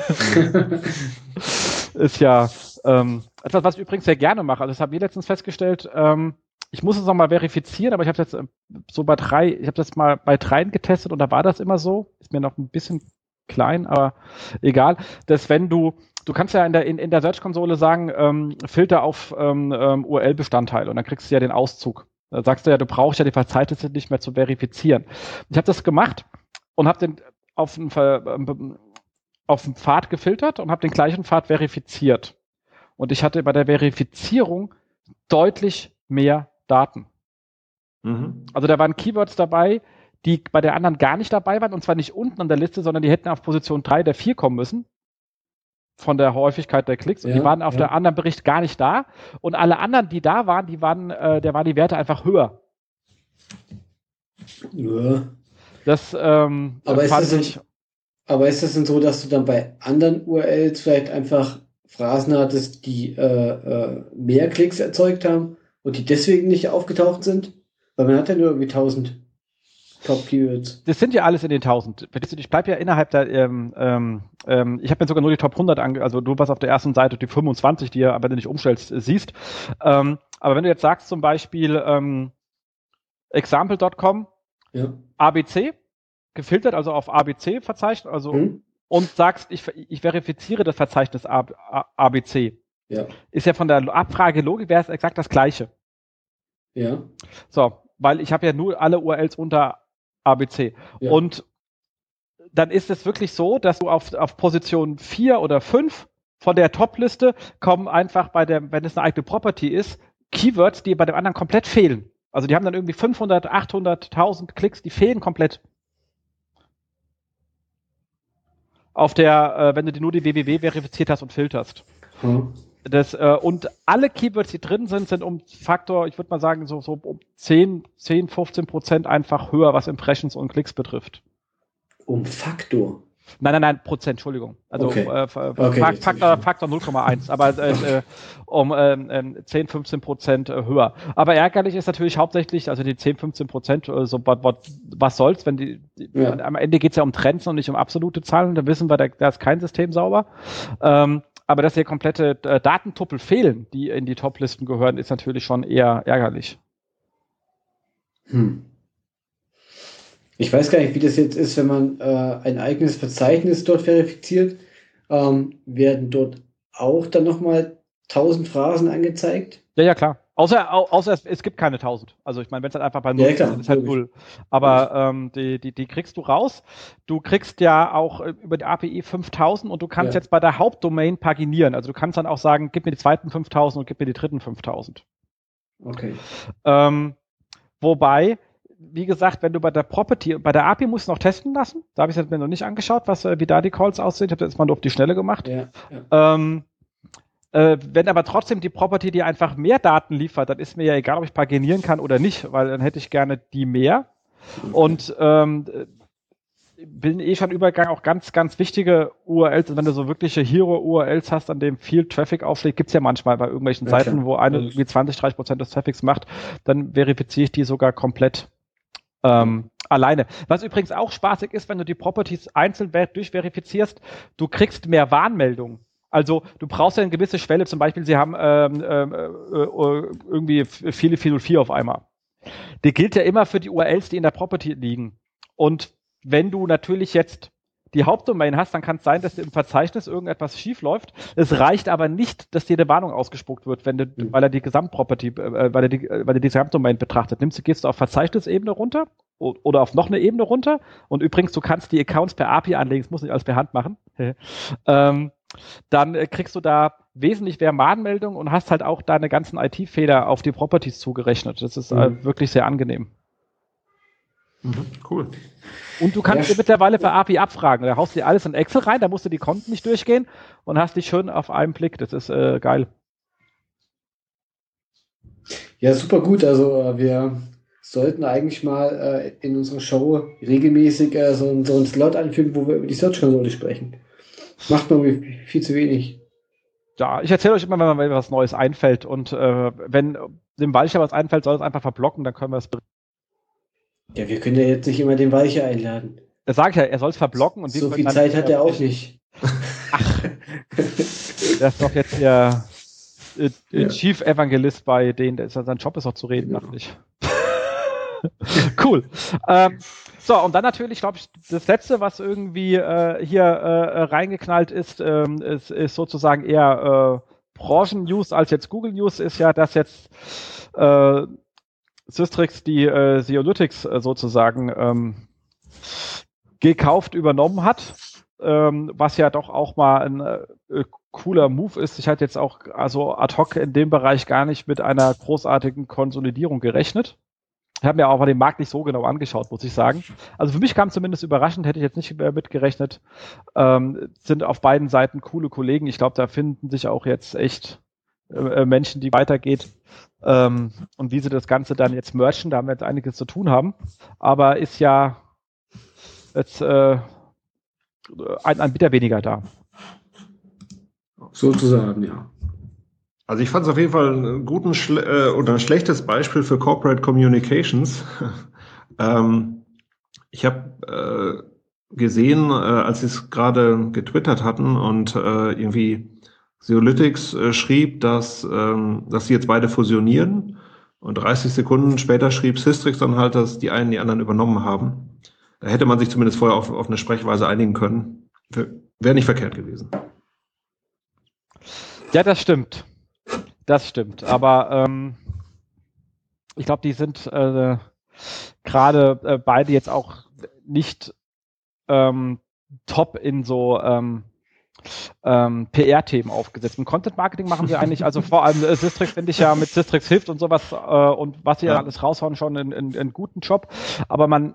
[SPEAKER 2] Ist ja etwas, was ich übrigens sehr gerne mache. Also das haben wir letztens festgestellt. Ich muss es nochmal verifizieren, aber ich habe jetzt mal bei 3 getestet und da war das immer so. Ist mir noch ein bisschen klein, aber egal. Dass wenn du kannst ja in der Search-Konsole sagen, Filter auf URL-Bestandteil und dann kriegst du ja den Auszug. Da sagst du ja, du brauchst ja die Verzeichnisse nicht mehr zu verifizieren. Ich habe das gemacht und habe den auf den Pfad gefiltert und habe den gleichen Pfad verifiziert. Und ich hatte bei der Verifizierung deutlich mehr Daten. Mhm. Also da waren Keywords dabei, die bei der anderen gar nicht dabei waren, und zwar nicht unten an der Liste, sondern die hätten auf Position 3 der 4 kommen müssen, von der Häufigkeit der Klicks, und die waren auf der anderen Bericht gar nicht da, und alle anderen, die da waren, da waren die Werte einfach höher.
[SPEAKER 3] Ja.
[SPEAKER 2] Das
[SPEAKER 3] aber
[SPEAKER 2] fand ich...
[SPEAKER 3] Aber ist das denn so, dass du dann bei anderen URLs vielleicht einfach Phrasen hattest, die mehr Klicks erzeugt haben und die deswegen nicht aufgetaucht sind? Weil man hat ja nur irgendwie 1000 Top-Keywords.
[SPEAKER 2] Das sind ja alles in den 1000. Ich bleibe ja innerhalb der, ich habe mir sogar nur die Top 100 also du was auf der ersten Seite, die 25, die ja aber nicht umstellst, siehst. Aber wenn du jetzt sagst zum Beispiel example.com,
[SPEAKER 3] Ja.
[SPEAKER 2] ABC, gefiltert, also auf ABC verzeichnet, also und sagst, ich verifiziere das Verzeichnis ABC.
[SPEAKER 3] Ja.
[SPEAKER 2] Ist ja von der Abfragelogik wäre es exakt das Gleiche.
[SPEAKER 3] Ja.
[SPEAKER 2] So, weil ich habe ja nur alle URLs unter ABC.
[SPEAKER 3] Ja.
[SPEAKER 2] Und dann ist es wirklich so, dass du auf Position 4 oder 5 von der Top-Liste kommen einfach wenn es eine eigene Property ist, Keywords, die bei dem anderen komplett fehlen. Also die haben dann irgendwie 500, 800, 1000 Klicks, die fehlen komplett. Auf der, wenn du nur die www verifiziert hast und filterst. Und alle Keywords, die drin sind um Faktor, ich würde mal sagen, so um 10-15% einfach höher, was Impressions und Klicks betrifft.
[SPEAKER 3] Um Faktor?
[SPEAKER 2] Nein, Prozent, Entschuldigung. Also
[SPEAKER 3] Okay.
[SPEAKER 2] Faktor 0,1, aber um 10-15% höher. Aber ärgerlich ist natürlich hauptsächlich, also die 10-15%, so was soll's, wenn am Ende geht's ja um Trends und nicht um absolute Zahlen, da wissen wir, da ist kein System sauber. Aber dass hier komplette Datentuppel fehlen, die in die Top-Listen gehören, ist natürlich schon eher ärgerlich.
[SPEAKER 3] Ich weiß gar nicht, wie das jetzt ist, wenn man ein eigenes Verzeichnis dort verifiziert. Werden dort auch dann nochmal 1000 Phrasen angezeigt?
[SPEAKER 2] Ja, klar. Außer es gibt keine 1000. Also ich meine, wenn es halt einfach bei 0 ist, dann ist halt 0. Aber die kriegst du raus. Du kriegst ja auch über die API 5000 und du kannst jetzt bei der Hauptdomain paginieren. Also du kannst dann auch sagen, gib mir die zweiten 5000 und gib mir die dritten 5000.
[SPEAKER 3] Okay.
[SPEAKER 2] Wobei, wie gesagt, wenn du bei der API musst du noch testen lassen. Da habe ich es mir noch nicht angeschaut, wie da die Calls aussehen. Ich habe das jetzt mal nur auf die Schnelle gemacht.
[SPEAKER 3] Ja.
[SPEAKER 2] Wenn aber trotzdem die Property dir einfach mehr Daten liefert, dann ist mir ja egal, ob ich paginieren kann oder nicht, weil dann hätte ich gerne die mehr. Okay. Und bin schon übergegangen, auch ganz, ganz wichtige URLs, wenn du so wirkliche Hero-URLs hast, an dem viel Traffic aufschlägt, gibt's ja manchmal bei irgendwelchen Seiten, wo eine irgendwie 20-30% des Traffics macht, dann verifiziere ich die sogar komplett alleine. Was übrigens auch spaßig ist, wenn du die Properties einzeln durchverifizierst, du kriegst mehr Warnmeldungen. Also du brauchst ja eine gewisse Schwelle, zum Beispiel sie haben irgendwie viele 404 auf einmal. Die gilt ja immer für die URLs, die in der Property liegen. Und wenn du natürlich jetzt die Hauptdomain hast, dann kann es sein, dass im Verzeichnis irgendetwas schief läuft. Es reicht aber nicht, dass dir eine Warnung ausgespuckt wird, weil er die Gesamtproperty, weil er die Gesamtdomain betrachtet. Gehst du auf Verzeichnisebene runter oder auf noch eine Ebene runter. Und übrigens, du kannst die Accounts per API anlegen, das muss nicht alles per Hand machen. Dann kriegst du da wesentlich mehr Warnmeldungen und hast halt auch deine ganzen IT-Fehler auf die Properties zugerechnet. Das ist wirklich sehr angenehm.
[SPEAKER 4] Cool.
[SPEAKER 2] Und du kannst dir mittlerweile per API abfragen. Da haust du dir alles in Excel rein, da musst du die Konten nicht durchgehen und hast dich schön auf einen Blick. Das ist geil. Ja, super gut. Also wir sollten eigentlich mal in unserer Show regelmäßig so einen Slot anfügen, wo wir über die Search-Konsole sprechen. Macht man viel zu wenig. Ja, ich erzähle euch immer, wenn mir was Neues einfällt. Und wenn dem Walcher was einfällt, soll es einfach verblocken, dann können wir es. Ja, wir können ja jetzt nicht immer den Walcher einladen. Das sage ich ja, er soll es verblocken. Und so viel Zeit hat er auch nicht. Ach, der ist doch jetzt der Chief Evangelist bei denen. Sein Job ist auch zu reden, dachte ich. Cool. So, und dann natürlich, glaube ich, das Letzte, was irgendwie hier reingeknallt ist, ist sozusagen eher Branchen-News als jetzt Google-News, ist ja, dass jetzt Systrix die Seolytics sozusagen gekauft, übernommen hat, was ja doch auch mal ein cooler Move ist. Ich hatte jetzt auch also ad hoc in dem Bereich gar nicht mit einer großartigen Konsolidierung gerechnet. Ich habe mir auch mal den Markt nicht so genau angeschaut, muss ich sagen. Also für mich kam zumindest überraschend, hätte ich jetzt nicht mitgerechnet. Sind auf beiden Seiten coole Kollegen. Ich glaube, da finden sich auch jetzt echt Menschen, die weitergeht. Und wie sie das Ganze dann jetzt merchen, da haben wir jetzt einiges zu tun haben. Aber ist ja jetzt ein Anbieter weniger da.
[SPEAKER 3] Sozusagen, ja.
[SPEAKER 4] Also ich fand es auf jeden Fall einen guten oder ein schlechtes Beispiel für Corporate Communications. Ich habe gesehen, als sie es gerade getwittert hatten und irgendwie Seolytics schrieb, dass sie jetzt beide fusionieren, und 30 Sekunden später schrieb Systrix dann halt, dass die einen die anderen übernommen haben. Da hätte man sich zumindest vorher auf eine Sprechweise einigen können. Wäre nicht verkehrt gewesen.
[SPEAKER 2] Ja, das stimmt. Das stimmt. Aber ich glaube, die sind gerade beide jetzt auch nicht top in so PR-Themen aufgesetzt. Im Content-Marketing machen sie eigentlich, also vor allem Systrix, finde ich ja, mit Systrix hilft und sowas und was sie ja alles raushauen, schon einen guten Job. Aber man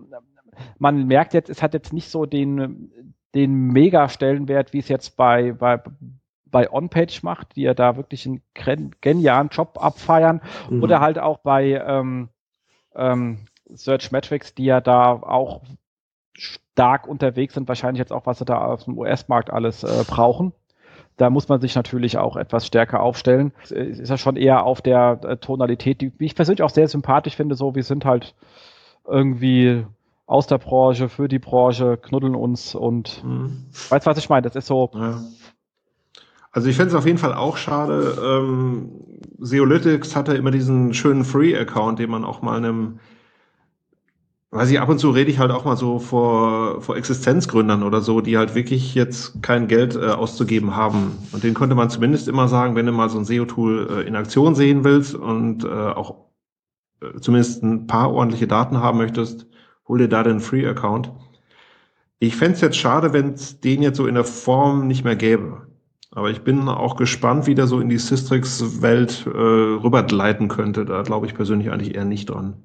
[SPEAKER 2] merkt jetzt, es hat jetzt nicht so den Mega-Stellenwert, wie es jetzt bei OnPage macht, die ja da wirklich einen genialen Job abfeiern. Oder halt auch bei Searchmetrics, die ja da auch stark unterwegs sind, wahrscheinlich jetzt auch, was sie da auf dem US-Markt alles brauchen. Da muss man sich natürlich auch etwas stärker aufstellen. Ist ja schon eher auf der Tonalität, die ich persönlich auch sehr sympathisch finde, so wir sind halt irgendwie aus der Branche, für die Branche, knuddeln uns und weißt du, was ich meine? Das ist so.
[SPEAKER 4] Ja. Also ich fände es auf jeden Fall auch schade. Seolytics hatte immer diesen schönen Free-Account, den man auch mal weiß ich, ab und zu rede ich halt auch mal so vor Existenzgründern oder so, die halt wirklich jetzt kein Geld auszugeben haben. Und denen könnte man zumindest immer sagen, wenn du mal so ein SEO-Tool in Aktion sehen willst und auch zumindest ein paar ordentliche Daten haben möchtest, hol dir da den Free-Account. Ich fände es jetzt schade, wenn es den jetzt so in der Form nicht mehr gäbe. Aber ich bin auch gespannt, wie der so in die Systrix-Welt rübergleiten könnte. Da glaube ich persönlich eigentlich eher nicht dran.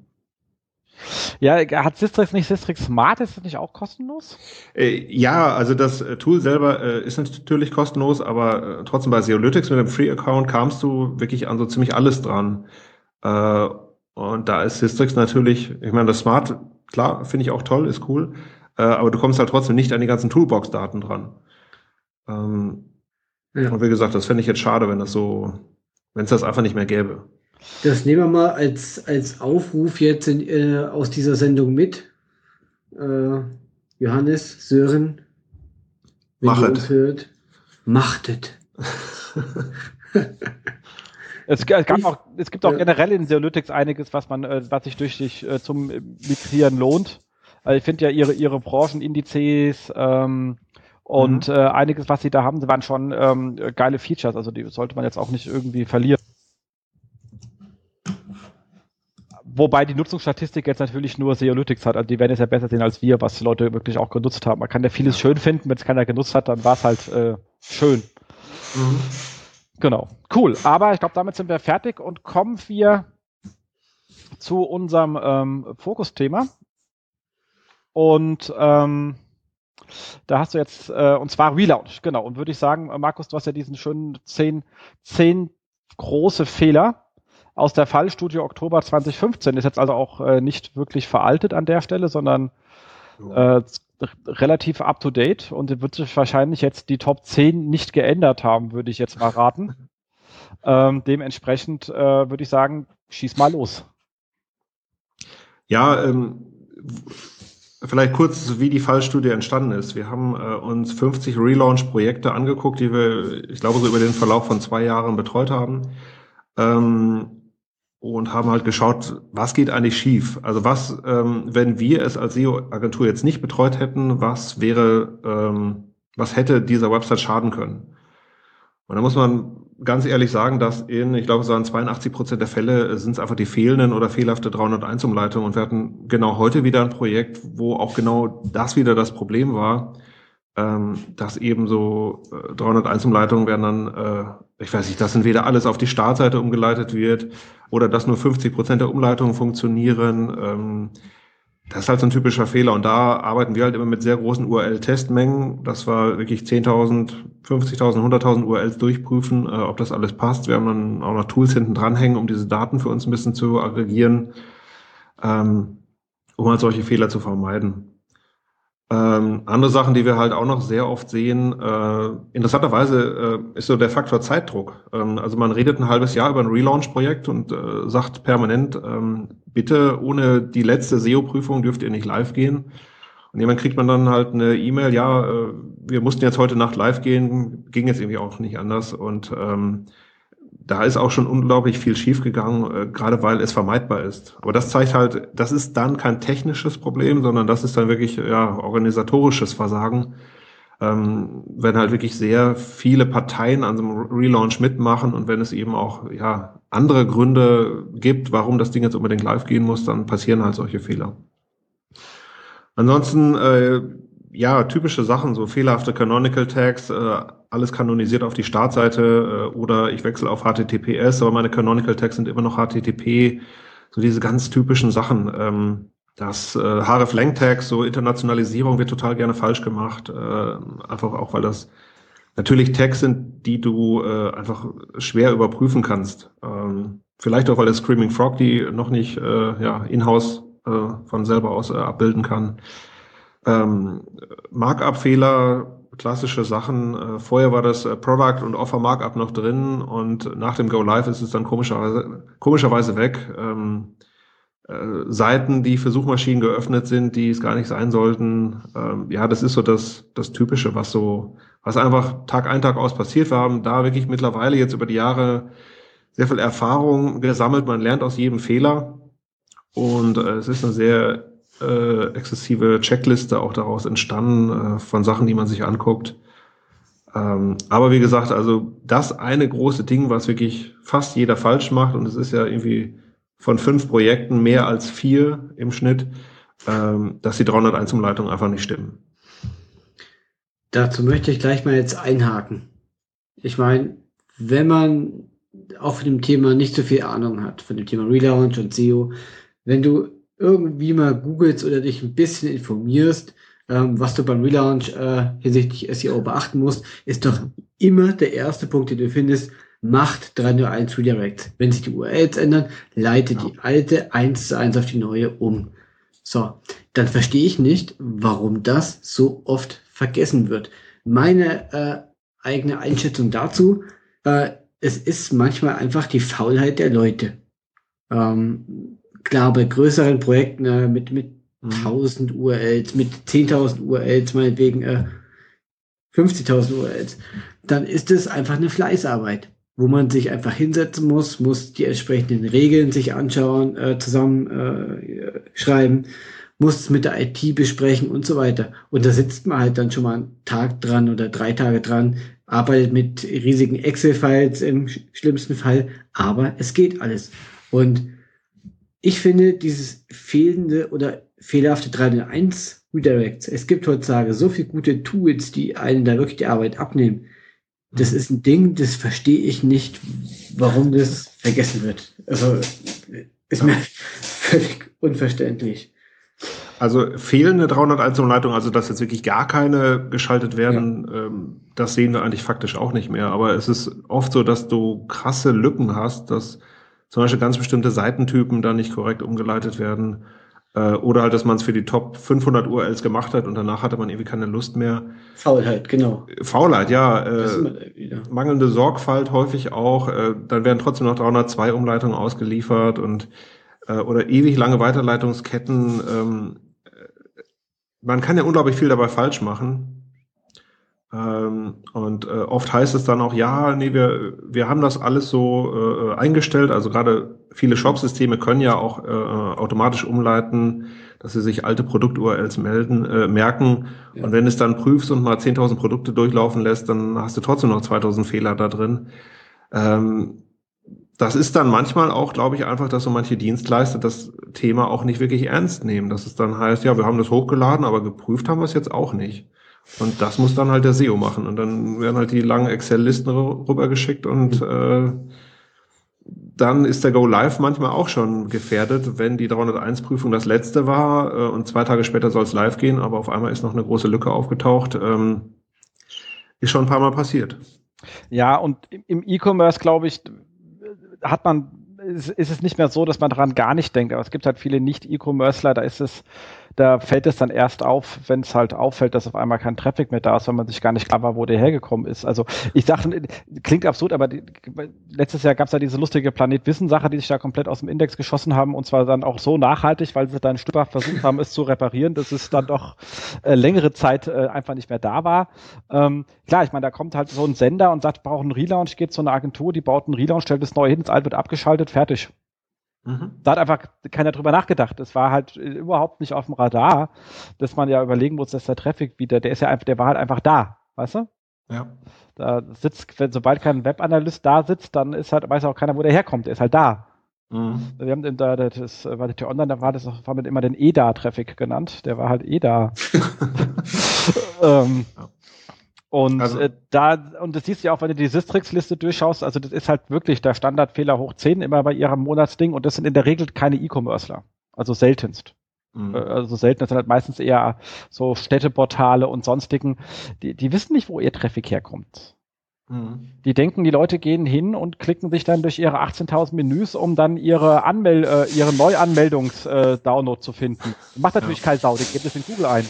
[SPEAKER 2] Ja, hat Systrix nicht Systrix Smart? Ist das nicht auch kostenlos?
[SPEAKER 4] Ja, also das Tool selber ist natürlich kostenlos, aber trotzdem bei Seolytics mit dem Free-Account kamst du wirklich an so ziemlich alles dran. Und da ist Systrix natürlich, ich meine, das Smart, klar, finde ich auch toll, ist cool, aber du kommst halt trotzdem nicht an die ganzen Toolbox-Daten dran. Ja. Und wie gesagt, das fände ich jetzt schade, wenn es das einfach nicht mehr gäbe.
[SPEAKER 3] Das nehmen wir mal als Aufruf jetzt aus dieser Sendung mit. Johannes, Sören, wenn ihr uns hört, machtet.
[SPEAKER 2] Es gibt auch generell in Seolytics einiges, was sich durch sich zum Migrieren lohnt. Also ich finde ja ihre Branchenindizes und einiges, was sie da haben, waren schon geile Features. Also die sollte man jetzt auch nicht irgendwie verlieren. Wobei die Nutzungsstatistik jetzt natürlich nur Seolytics hat. Also die werden es ja besser sehen als wir, was die Leute wirklich auch genutzt haben. Man kann ja vieles schön finden, wenn es keiner genutzt hat, dann war es halt schön. Genau. Cool. Aber ich glaube, damit sind wir fertig und kommen wir zu unserem Fokusthema. Und da hast du jetzt, und zwar Relaunch, genau. Und würde ich sagen, Markus, du hast ja diesen schönen 10 große Fehler aus der Fallstudie Oktober 2015. Ist jetzt also auch nicht wirklich veraltet an der Stelle, sondern relativ up-to-date und wird sich wahrscheinlich jetzt die Top 10 nicht geändert haben, würde ich jetzt mal raten. Dementsprechend würde ich sagen, schieß mal los.
[SPEAKER 4] Ja, vielleicht kurz, wie die Fallstudie entstanden ist. Wir haben uns 50 Relaunch-Projekte angeguckt, die wir, ich glaube, so über den Verlauf von 2 Jahren betreut haben. Und haben halt geschaut, was geht eigentlich schief? Also was, wenn wir es als SEO-Agentur jetzt nicht betreut hätten, was hätte dieser Website schaden können? Und da muss man ganz ehrlich sagen, dass ich glaube, es waren 82% der Fälle sind es einfach die fehlenden oder fehlerhafte 301-Umleitungen. Und wir hatten genau heute wieder ein Projekt, wo auch genau das wieder das Problem war, dass eben so 301-Umleitungen werden dann, ich weiß nicht, dass entweder alles auf die Startseite umgeleitet wird oder dass nur 50% der Umleitungen funktionieren. Das ist halt so ein typischer Fehler und da arbeiten wir halt immer mit sehr großen URL-Testmengen, dass wir wirklich 10.000, 50.000, 100.000 URLs durchprüfen, ob das alles passt. Wir haben dann auch noch Tools hinten dranhängen, um diese Daten für uns ein bisschen zu aggregieren, um halt solche Fehler zu vermeiden. Andere Sachen, die wir halt auch noch sehr oft sehen, interessanterweise ist so der Faktor Zeitdruck. Also man redet ein halbes Jahr über ein Relaunch-Projekt und sagt permanent, bitte ohne die letzte SEO-Prüfung dürft ihr nicht live gehen. Und jemand kriegt man dann halt eine E-Mail, ja, wir mussten jetzt heute Nacht live gehen, ging jetzt irgendwie auch nicht anders. Und da ist auch schon unglaublich viel schiefgegangen, gerade weil es vermeidbar ist. Aber das zeigt halt, das ist dann kein technisches Problem, sondern das ist dann wirklich organisatorisches Versagen. Wenn halt wirklich sehr viele Parteien an so einem Relaunch mitmachen und wenn es eben auch andere Gründe gibt, warum das Ding jetzt unbedingt live gehen muss, dann passieren halt solche Fehler. Ansonsten typische Sachen, so fehlerhafte Canonical Tags, alles kanonisiert auf die Startseite oder ich wechsle auf HTTPS, aber meine Canonical Tags sind immer noch HTTP, so diese ganz typischen Sachen. Das href-lang-Tags, so Internationalisierung wird total gerne falsch gemacht, einfach auch, weil das natürlich Tags sind, die du einfach schwer überprüfen kannst. Vielleicht auch, weil der Screaming Frog die noch nicht in-house von selber aus abbilden kann. Markup-Fehler, klassische Sachen. Vorher war das Product und Offer Markup noch drin und nach dem Go Live ist es dann komischerweise weg. Seiten, die für Suchmaschinen geöffnet sind, die es gar nicht sein sollten. Das ist so das Typische, was einfach Tag ein, Tag aus passiert. Wir haben da wirklich mittlerweile jetzt über die Jahre sehr viel Erfahrung gesammelt. Man lernt aus jedem Fehler und es ist eine sehr exzessive Checkliste auch daraus entstanden von Sachen, die man sich anguckt. Aber wie gesagt, also das eine große Ding, was wirklich fast jeder falsch macht, und es ist ja irgendwie von 5 Projekten mehr als 4 im Schnitt, dass die 301-Umleitungen einfach nicht stimmen.
[SPEAKER 3] Dazu möchte ich gleich mal jetzt einhaken. Ich meine, wenn man auch von dem Thema nicht so viel Ahnung hat, von dem Thema Relaunch und SEO, wenn du irgendwie mal googelst oder dich ein bisschen informierst, was du beim Relaunch hinsichtlich SEO beachten musst, ist doch immer der erste Punkt, den du findest, macht 301 Redirect. Wenn sich die URLs ändern, leite die alte 1:1 auf die neue um. So, dann verstehe ich nicht, warum das so oft vergessen wird. Meine eigene Einschätzung dazu, es ist manchmal einfach die Faulheit der Leute. Klar, bei größeren Projekten mit 1000 URLs, mit 10.000 URLs, meinetwegen 50.000 URLs, dann ist es einfach eine Fleißarbeit, wo man sich einfach hinsetzen muss die entsprechenden Regeln sich anschauen, zusammenschreiben, muss es mit der IT besprechen und so weiter. Und da sitzt man halt dann schon mal einen Tag dran oder 3 Tage dran, arbeitet mit riesigen Excel-Files im schlimmsten Fall, aber es geht alles. Und ich finde dieses fehlende oder fehlerhafte 301 Redirects, es gibt heutzutage so viele gute Tools, die einen da wirklich die Arbeit abnehmen. Das ist ein Ding, das verstehe ich nicht, warum das vergessen wird. Also ist mir völlig unverständlich.
[SPEAKER 4] Also fehlende 301-Umleitung, also dass jetzt wirklich gar keine geschaltet werden, das sehen wir eigentlich faktisch auch nicht mehr. Aber es ist oft so, dass du krasse Lücken hast, dass zum Beispiel ganz bestimmte Seitentypen da nicht korrekt umgeleitet werden. Oder halt, dass man es für die Top 500 URLs gemacht hat und danach hatte man irgendwie keine Lust mehr.
[SPEAKER 3] Faulheit, genau.
[SPEAKER 4] Faulheit, ja. Mangelnde Sorgfalt häufig auch. Dann werden trotzdem noch 302 Umleitungen ausgeliefert und oder ewig lange Weiterleitungsketten. Man kann ja unglaublich viel dabei falsch machen. Und oft heißt es dann auch, wir haben das alles so eingestellt. Also gerade viele Shop-Systeme können ja auch automatisch umleiten, dass sie sich alte Produkt-URLs merken. Ja. Und wenn es dann prüfst und mal 10.000 Produkte durchlaufen lässt, dann hast du trotzdem noch 2.000 Fehler da drin. Das ist dann manchmal auch, glaube ich, einfach, dass so manche Dienstleister das Thema auch nicht wirklich ernst nehmen. Dass es dann heißt, ja, wir haben das hochgeladen, aber geprüft haben wir es jetzt auch nicht. Und das muss dann halt der SEO machen. Und dann werden halt die langen Excel-Listen rübergeschickt und dann ist der Go Live manchmal auch schon gefährdet, wenn die 301-Prüfung das letzte war und 2 Tage später soll es live gehen, aber auf einmal ist noch eine große Lücke aufgetaucht. Ist schon ein paar Mal passiert.
[SPEAKER 2] Ja, und im E-Commerce, glaube ich, ist es nicht mehr so, dass man daran gar nicht denkt. Aber es gibt halt viele Nicht-E-Commercer, da ist es Da fällt es dann erst auf, wenn es halt auffällt, dass auf einmal kein Traffic mehr da ist, weil man sich gar nicht klar war, wo der hergekommen ist. Also ich sage, klingt absurd, aber letztes Jahr gab es ja diese lustige Planet-Wissen-Sache, die sich da komplett aus dem Index geschossen haben und zwar dann auch so nachhaltig, weil sie dann stückhaft versucht haben, es zu reparieren, dass es dann doch längere Zeit einfach nicht mehr da war. Klar, ich meine, da kommt halt so ein Sender und sagt, braucht einen Relaunch, geht zu einer Agentur, die baut einen Relaunch, stellt das Neue hin, das Alte wird abgeschaltet, fertig. Da hat einfach keiner drüber nachgedacht. Es war halt überhaupt nicht auf dem Radar, dass man ja überlegen muss, dass der Traffic wieder, der war halt einfach da, weißt du?
[SPEAKER 4] Ja.
[SPEAKER 2] Da sitzt, sobald kein Webanalyst da sitzt, dann ist halt, weiß auch keiner, wo der herkommt, der ist halt da. Wir haben da, das war der T-Online, da war mit immer den EDA-Traffic genannt, der war halt da. Und und das siehst du ja auch, wenn du die Sistrix-Liste durchschaust, also das ist halt wirklich der Standardfehler hoch 10 immer bei ihrem Monatsding und das sind in der Regel keine E-Commercer. Also seltenst. Also selten, das sind halt meistens eher so Städteportale und sonstigen, die wissen nicht, wo ihr Traffic herkommt. Die denken, die Leute gehen hin und klicken sich dann durch ihre 18.000 Menüs, um dann ihre Neuanmeldungs-Download zu finden. Macht natürlich keine Sau, die geben das in Google ein.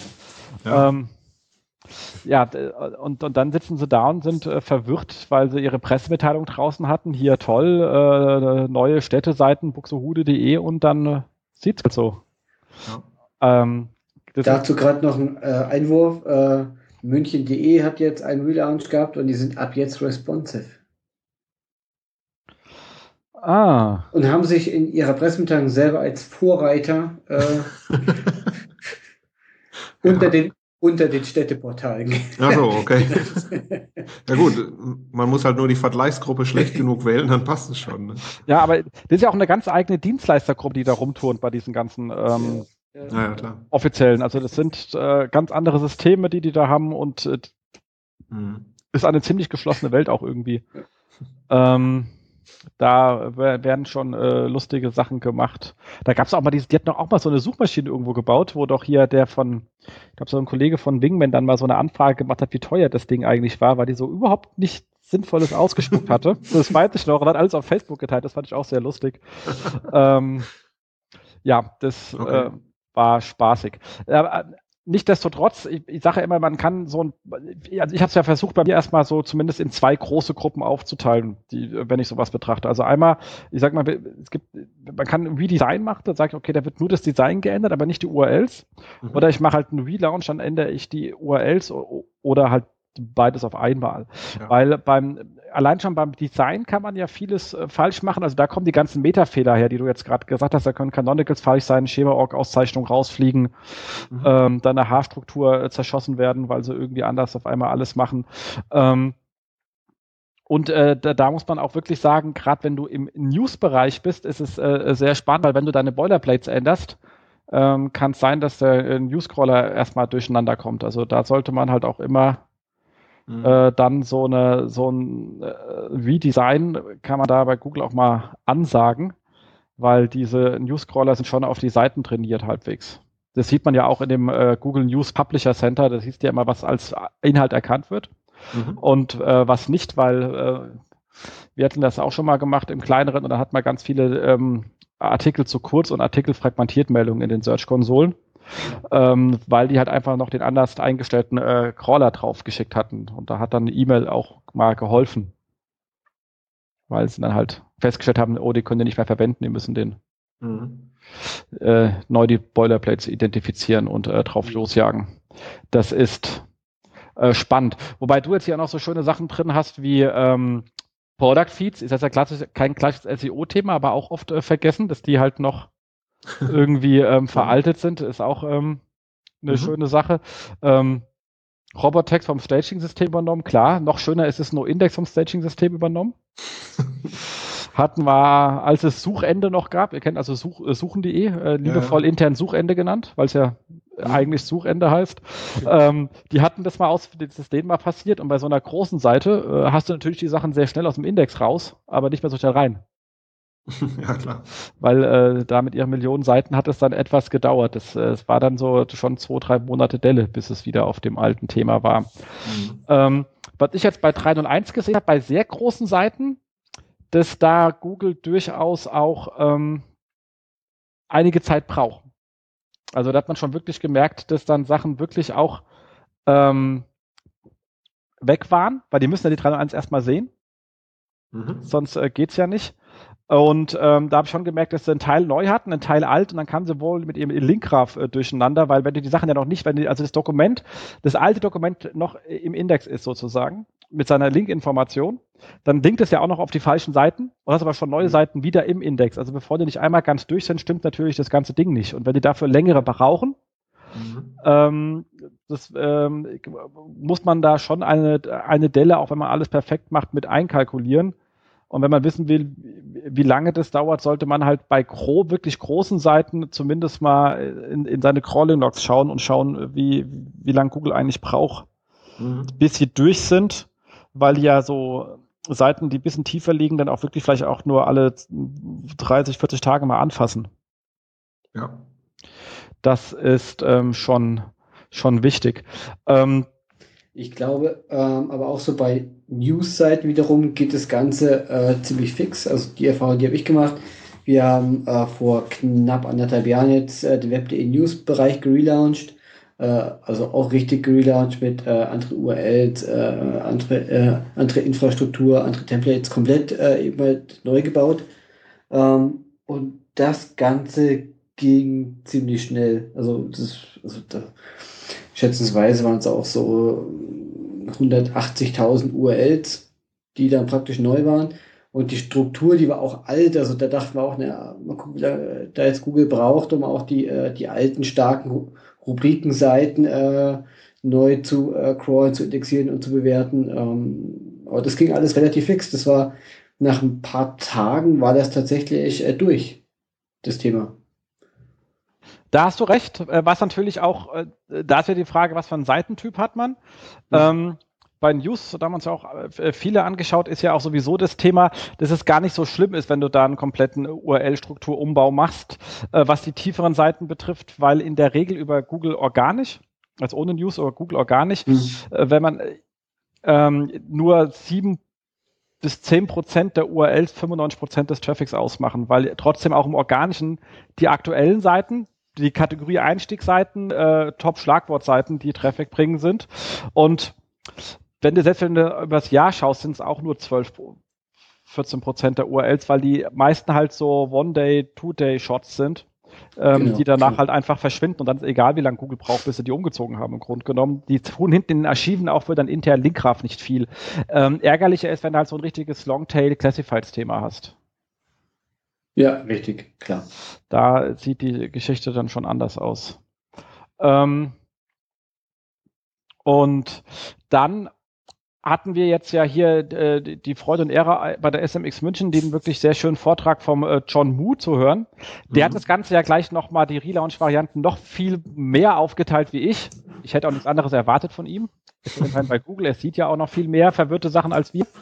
[SPEAKER 2] Ja. Und dann sitzen sie da und sind verwirrt, weil sie ihre Pressemitteilung draußen hatten. Hier toll, neue Städteseiten, buxtehude.de und dann sieht's halt so. Ja.
[SPEAKER 3] Dazu gerade noch ein Einwurf. München.de hat jetzt einen Relaunch gehabt und die sind ab jetzt responsive. Und haben sich in ihrer Pressemitteilung selber als Vorreiter unter den Städteportalen.
[SPEAKER 4] Ach so, okay. Ja gut, man muss halt nur die Vergleichsgruppe schlecht genug wählen, dann passt es schon. Ne?
[SPEAKER 2] Ja, aber das ist ja auch eine ganz eigene Dienstleistergruppe, die da rumturnt bei diesen ganzen
[SPEAKER 4] klar.
[SPEAKER 2] offiziellen. Also das sind ganz andere Systeme, die da haben und ist eine ziemlich geschlossene Welt auch irgendwie. Da werden schon lustige Sachen gemacht. Da gab es auch mal die hatten auch mal so eine Suchmaschine irgendwo gebaut, wo doch hier ich glaube so ein Kollege von Wingman dann mal so eine Anfrage gemacht hat, wie teuer das Ding eigentlich war, weil die so überhaupt nichts Sinnvolles ausgespuckt hatte. Das weiß ich noch und hat alles auf Facebook geteilt, das fand ich auch sehr lustig. Das war spaßig. Nichtsdestotrotz, ich sage ja immer, man kann also ich habe es ja versucht, bei mir erstmal so zumindest in 2 große Gruppen aufzuteilen, wenn ich sowas betrachte. Also einmal, ich sag mal, man kann ein Redesign machen, da sage ich, okay, da wird nur das Design geändert, aber nicht die URLs. Oder ich mache halt einen Relaunch, dann ändere ich die URLs oder halt beides auf einmal. Ja. Weil allein schon beim Design kann man ja vieles falsch machen. Also da kommen die ganzen Metafehler her, die du jetzt gerade gesagt hast. Da können Canonicals falsch sein, Schema-Org-Auszeichnung rausfliegen, dann eine Haarstruktur zerschossen werden, weil sie irgendwie anders auf einmal alles machen. Und da muss man auch wirklich sagen, gerade wenn du im News-Bereich bist, ist es sehr spannend, weil wenn du deine Boilerplates änderst, kann es sein, dass der Newscrawler erstmal durcheinander kommt. Also da sollte man halt auch immer dann so ein Redesign kann man da bei Google auch mal ansagen, weil diese Newscrawler sind schon auf die Seiten trainiert halbwegs. Das sieht man ja auch in dem Google News Publisher Center, da siehst du ja immer, was als Inhalt erkannt wird und was nicht, weil wir hatten das auch schon mal gemacht im kleineren und da hat man ganz viele Artikel zu kurz und Artikelfragmentiert-Meldungen in den Search-Konsolen. Weil die halt einfach noch den anders eingestellten Crawler draufgeschickt hatten. Und da hat dann eine E-Mail auch mal geholfen. Weil sie dann halt festgestellt haben, oh, die können den nicht mehr verwenden, die müssen den neu die Boilerplates identifizieren und drauf losjagen. Das ist spannend. Wobei du jetzt hier auch noch so schöne Sachen drin hast wie Product Feeds, ist das ja kein klassisches SEO-Thema, aber auch oft vergessen, dass die halt noch irgendwie veraltet sind, ist auch eine schöne Sache. Robotext vom Staging-System übernommen, klar. Noch schöner ist es NoIndex vom Staging-System übernommen. Hatten wir, als es Suchende noch gab, ihr kennt also suchen.de, liebevoll intern Suchende genannt, weil es ja eigentlich Suchende heißt. Die hatten das mal das ist denen mal passiert und bei so einer großen Seite hast du natürlich die Sachen sehr schnell aus dem Index raus, aber nicht mehr so schnell rein.
[SPEAKER 4] Ja, klar.
[SPEAKER 2] Weil da mit ihren Millionen Seiten hat es dann etwas gedauert. Es war dann so schon 2-3 Monate Delle, bis es wieder auf dem alten Thema war. Was ich jetzt bei 301 gesehen habe, bei sehr großen Seiten, dass da Google durchaus auch einige Zeit braucht. Also da hat man schon wirklich gemerkt, dass dann Sachen wirklich auch weg waren, weil die müssen ja die 301 erstmal sehen, sonst geht's ja nicht. Und da habe ich schon gemerkt, dass sie einen Teil neu hatten, einen Teil alt, und dann kamen sie wohl mit ihrem Linkgraph durcheinander, weil wenn du die Sachen ja noch nicht, also das alte Dokument noch im Index ist sozusagen, mit seiner Link-Information, dann linkt es ja auch noch auf die falschen Seiten und hast aber schon neue Seiten wieder im Index. Also bevor die nicht einmal ganz durch sind, stimmt natürlich das ganze Ding nicht. Und wenn die dafür längere brauchen, muss man da schon eine Delle, auch wenn man alles perfekt macht, mit einkalkulieren. Und wenn man wissen will, wie lange das dauert, sollte man halt bei wirklich großen Seiten zumindest mal in seine Crawling-Logs schauen und schauen, wie lange Google eigentlich braucht, bis sie durch sind, weil ja so Seiten, die ein bisschen tiefer liegen, dann auch wirklich vielleicht auch nur alle 30, 40 Tage mal anfassen.
[SPEAKER 4] Ja.
[SPEAKER 2] Das ist schon wichtig.
[SPEAKER 3] Ich glaube, aber auch so bei News-Seiten wiederum geht das Ganze ziemlich fix. Also die Erfahrung, die habe ich gemacht. Wir haben vor knapp 1,5 Jahren jetzt den Web.de News-Bereich gelauncht. Also auch richtig gelauncht mit anderen URLs, andere Infrastruktur, andere Templates, komplett eben halt neu gebaut. Und das Ganze ging ziemlich schnell. Also schätzungsweise waren es auch so 180.000 URLs, die dann praktisch neu waren. Und die Struktur, die war auch alt. Also da dachten wir auch, mal gucken, wie da jetzt Google braucht, um auch die alten, starken Rubrikenseiten neu zu crawlen, zu indexieren und zu bewerten. Aber das ging alles relativ fix. Das war nach ein paar Tagen war das tatsächlich durch, das Thema.
[SPEAKER 2] Da hast du recht, was natürlich auch, da ist ja die Frage, was für einen Seitentyp hat man. Bei News, da haben wir uns ja auch viele angeschaut, ist ja auch sowieso das Thema, dass es gar nicht so schlimm ist, wenn du da einen kompletten URL-Strukturumbau machst, was die tieferen Seiten betrifft, weil in der Regel über Google organisch, also ohne News, aber Google organisch, wenn man nur 7 bis 10% der URLs 95% des Traffics ausmachen, weil trotzdem auch im Organischen die aktuellen Seiten, die Kategorie Einstiegsseiten, Top-Schlagwortseiten, die Traffic bringen sind. Und wenn du über das Jahr schaust, sind es auch nur 14% der URLs, weil die meisten halt so One-Day, Two-Day-Shots sind, die danach halt einfach verschwinden, und dann ist egal, wie lange Google braucht, bis sie die umgezogen haben im Grunde genommen. Die tun hinten in den Archiven auch für dein internen Linkgraph nicht viel. Ärgerlicher ist, wenn du halt so ein richtiges Long-Tail-Classifieds-Thema hast.
[SPEAKER 3] Ja, richtig, klar.
[SPEAKER 2] Da sieht die Geschichte dann schon anders aus. Und dann hatten wir jetzt ja hier die Freude und Ehre bei der SMX München, den wirklich sehr schönen Vortrag vom John Mu zu hören. Der hat das Ganze ja gleich nochmal, die Relaunch-Varianten, noch viel mehr aufgeteilt wie ich. Ich hätte auch nichts anderes erwartet von ihm. Ist bei Google, er sieht ja auch noch viel mehr verwirrte Sachen als wir.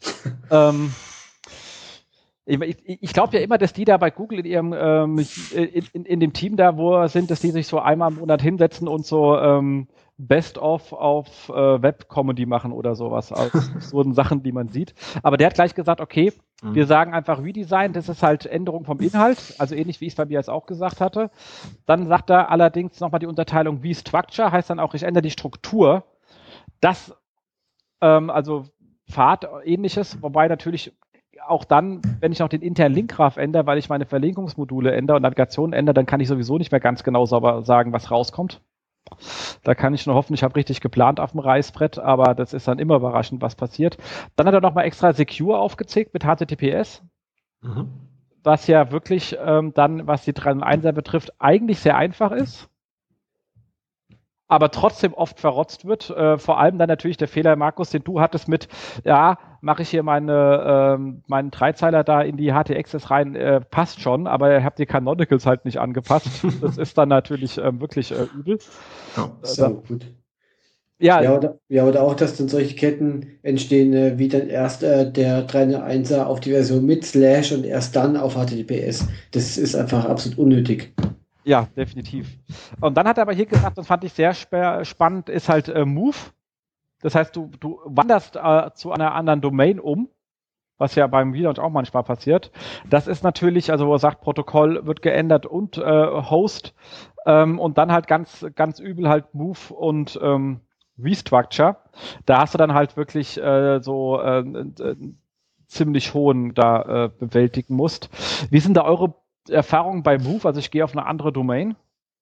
[SPEAKER 2] Ich glaube ja immer, dass die da bei Google in ihrem in dem Team da, wo sind, dass die sich so einmal im Monat hinsetzen und so Best-of auf Web-Comedy machen oder sowas, aus so Sachen, die man sieht. Aber der hat gleich gesagt, okay, wir sagen einfach Redesign, das ist halt Änderung vom Inhalt, also ähnlich wie ich es bei mir jetzt auch gesagt hatte. Dann sagt er allerdings nochmal die Unterteilung wie Structure, heißt dann auch, ich ändere die Struktur. Das, also Pfad, ähnliches, wobei natürlich auch dann, wenn ich noch den internen Linkgraph ändere, weil ich meine Verlinkungsmodule ändere und Navigation ändere, dann kann ich sowieso nicht mehr ganz genau sauber sagen, was rauskommt. Da kann ich nur hoffen, ich habe richtig geplant auf dem Reißbrett, aber das ist dann immer überraschend, was passiert. Dann hat er nochmal extra Secure aufgezeigt mit HTTPS, was ja wirklich dann, was die 301er betrifft, eigentlich sehr einfach ist, aber trotzdem oft verrotzt wird. Vor allem dann natürlich der Fehler, Markus, den du hattest mit, ja, mache ich hier meinen Dreizeiler da in die HT-Access rein, passt schon, aber ihr habt die Canonicals halt nicht angepasst. Das ist dann natürlich wirklich übel.
[SPEAKER 3] Ja, so gut.
[SPEAKER 2] Ja,
[SPEAKER 3] oder auch, dass dann solche Ketten entstehen, wie dann erst der 301er auf die Version mit Slash und erst dann auf HTTPS. Das ist einfach absolut unnötig.
[SPEAKER 2] Ja, definitiv. Und dann hat er aber hier gesagt, das fand ich sehr spannend, ist halt Move. Das heißt, du wanderst zu einer anderen Domain um, was ja beim Relaunch auch manchmal passiert. Das ist natürlich, also wo er sagt, Protokoll wird geändert und Host. Und dann halt ganz, ganz übel halt Move und Restructure. Da hast du dann halt wirklich ziemlich hohen da bewältigen musst. Wie sind da eure Erfahrungen bei Move? Also ich gehe auf eine andere Domain.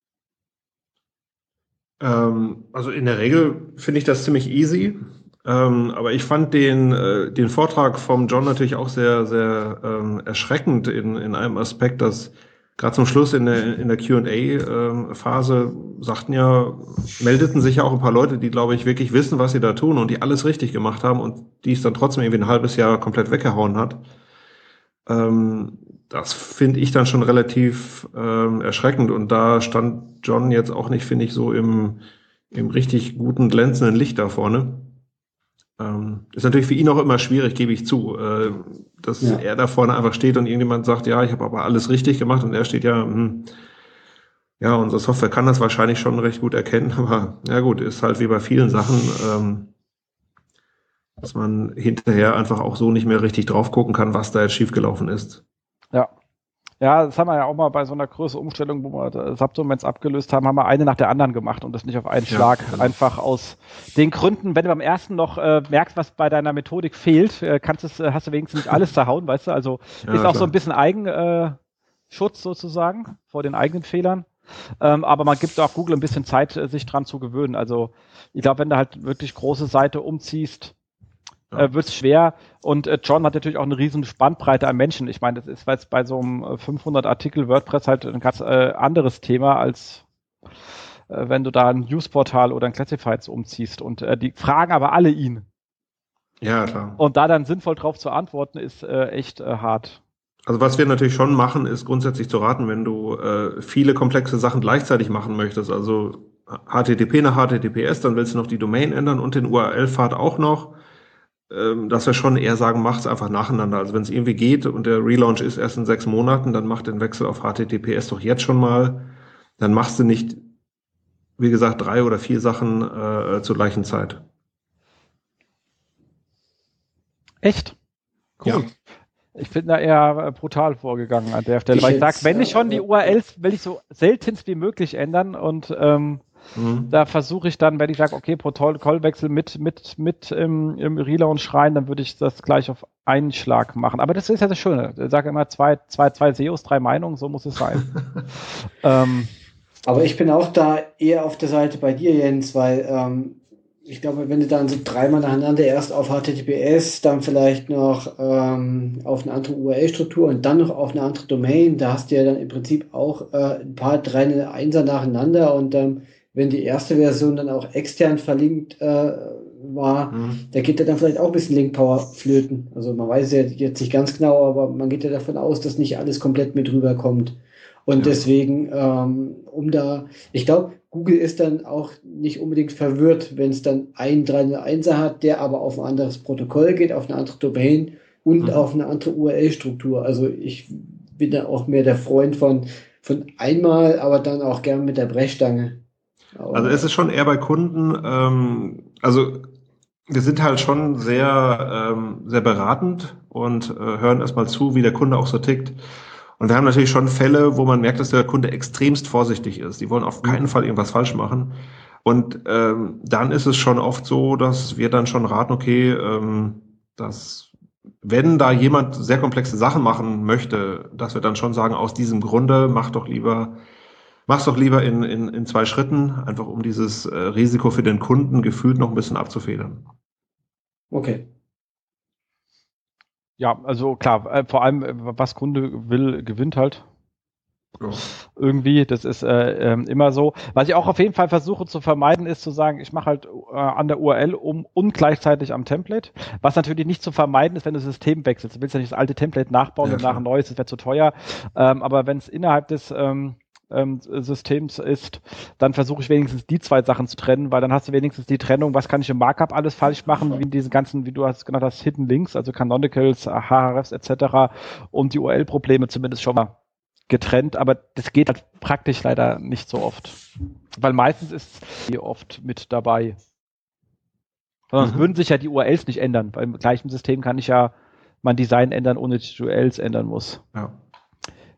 [SPEAKER 4] Also in der Regel finde ich das ziemlich easy. Aber ich fand den Vortrag vom John natürlich auch sehr, sehr erschreckend in einem Aspekt, dass gerade zum Schluss in der Q&A-Phase meldeten sich ja auch ein paar Leute, die, glaube ich, wirklich wissen, was sie da tun und die alles richtig gemacht haben und die es dann trotzdem irgendwie ein halbes Jahr komplett weggehauen hat. Das finde ich dann schon relativ erschreckend und da stand John jetzt auch nicht, finde ich, so im richtig guten, glänzenden Licht da vorne. Ist natürlich für ihn auch immer schwierig, gebe ich zu, dass er da vorne einfach steht und irgendjemand sagt, ja, ich habe aber alles richtig gemacht und er steht ja, unsere Software kann das wahrscheinlich schon recht gut erkennen, aber ja gut, ist halt wie bei vielen Sachen, dass man hinterher einfach auch so nicht mehr richtig drauf gucken kann, was da jetzt schiefgelaufen ist.
[SPEAKER 2] Ja, das haben wir ja auch mal bei so einer größeren Umstellung, wo wir Subdomains abgelöst haben, haben wir eine nach der anderen gemacht und das nicht auf einen Schlag. Genau. Einfach aus den Gründen, wenn du beim ersten noch merkst, was bei deiner Methodik fehlt, hast du wenigstens nicht alles zerhauen, weißt du? Also ist auch so ein bisschen Eigenschutz sozusagen vor den eigenen Fehlern. Aber man gibt auch Google ein bisschen Zeit, sich dran zu gewöhnen. Also ich glaube, wenn du halt wirklich große Seite umziehst, wird es schwer. Und John hat natürlich auch eine riesen Spannbreite an Menschen. Ich meine, das ist jetzt bei so einem 500 Artikel WordPress halt ein ganz anderes Thema, als wenn du da ein Newsportal oder ein Classifieds umziehst. Und die fragen aber alle ihn.
[SPEAKER 4] Ja, klar.
[SPEAKER 2] Und da dann sinnvoll drauf zu antworten, ist echt hart.
[SPEAKER 4] Also was wir natürlich schon machen, ist grundsätzlich zu raten, wenn du viele komplexe Sachen gleichzeitig machen möchtest, also HTTP nach HTTPS, dann willst du noch die Domain ändern und den URL-Pfad auch noch, dass wir schon eher sagen, mach es einfach nacheinander. Also wenn es irgendwie geht und der Relaunch ist erst in 6 Monaten, dann mach den Wechsel auf HTTPS doch jetzt schon mal. Dann machst du nicht, wie gesagt, 3 oder 4 Sachen zur gleichen Zeit.
[SPEAKER 2] Echt? Cool. Ja. Ich bin da eher brutal vorgegangen an der Stelle, weil ich sage, wenn ich schon die URLs, will ich so seltenst wie möglich ändern und da versuche ich dann, wenn ich sage, okay, Protokollwechsel mit im Relaunch rein, dann würde ich das gleich auf einen Schlag machen. Aber das ist ja das Schöne. Ich sage immer zwei SEOs, 3 Meinungen, so muss es sein.
[SPEAKER 3] Aber ich bin auch da eher auf der Seite bei dir, Jens, weil ich glaube, wenn du dann so 3-mal nacheinander erst auf HTTPS, dann vielleicht noch auf eine andere URL-Struktur und dann noch auf eine andere Domain, da hast du ja dann im Prinzip auch ein paar 3 Einser nacheinander und wenn die erste Version dann auch extern verlinkt war, da geht ja dann vielleicht auch ein bisschen Link-Power flöten. Also man weiß ja jetzt nicht ganz genau, aber man geht ja davon aus, dass nicht alles komplett mit rüberkommt. Und deswegen, ich glaube, Google ist dann auch nicht unbedingt verwirrt, wenn es dann einen 301er hat, der aber auf ein anderes Protokoll geht, auf eine andere Domain und auf eine andere URL-Struktur. Also ich bin da auch mehr der Freund von einmal, aber dann auch gern mit der Brechstange.
[SPEAKER 4] Also es ist schon eher bei Kunden, also wir sind halt schon sehr, sehr beratend und hören erstmal zu, wie der Kunde auch so tickt. Und wir haben natürlich schon Fälle, wo man merkt, dass der Kunde extremst vorsichtig ist. Die wollen auf keinen Fall irgendwas falsch machen. Und dann ist es schon oft so, dass wir dann schon raten, okay, dass wenn da jemand sehr komplexe Sachen machen möchte, dass wir dann schon sagen, aus diesem Grunde mach's doch lieber in 2 Schritten, einfach um dieses Risiko für den Kunden gefühlt noch ein bisschen abzufedern.
[SPEAKER 3] Okay.
[SPEAKER 2] Ja, also klar, vor allem, was Kunde will, gewinnt halt. Ja. Irgendwie, das ist immer so. Was ich auch auf jeden Fall versuche zu vermeiden, ist zu sagen, ich mache halt an der URL und gleichzeitig am Template. Was natürlich nicht zu vermeiden ist, wenn du das System wechselst. Du willst ja nicht das alte Template nachbauen und nach ein neues, das wäre zu teuer. Aber wenn es innerhalb des Systems ist, dann versuche ich wenigstens die 2 Sachen zu trennen, weil dann hast du wenigstens die Trennung, was kann ich im Markup alles falsch machen, wie in diesen ganzen, wie du hast genannt hast, Hidden Links, also Canonicals, Hrefs etc. und die URL-Probleme zumindest schon mal getrennt, aber das geht halt praktisch leider nicht so oft, weil meistens ist es oft mit dabei. Sondern es würden sich ja die URLs nicht ändern, weil im gleichen System kann ich ja mein Design ändern, ohne dass ich die URLs ändern muss.
[SPEAKER 4] Ja.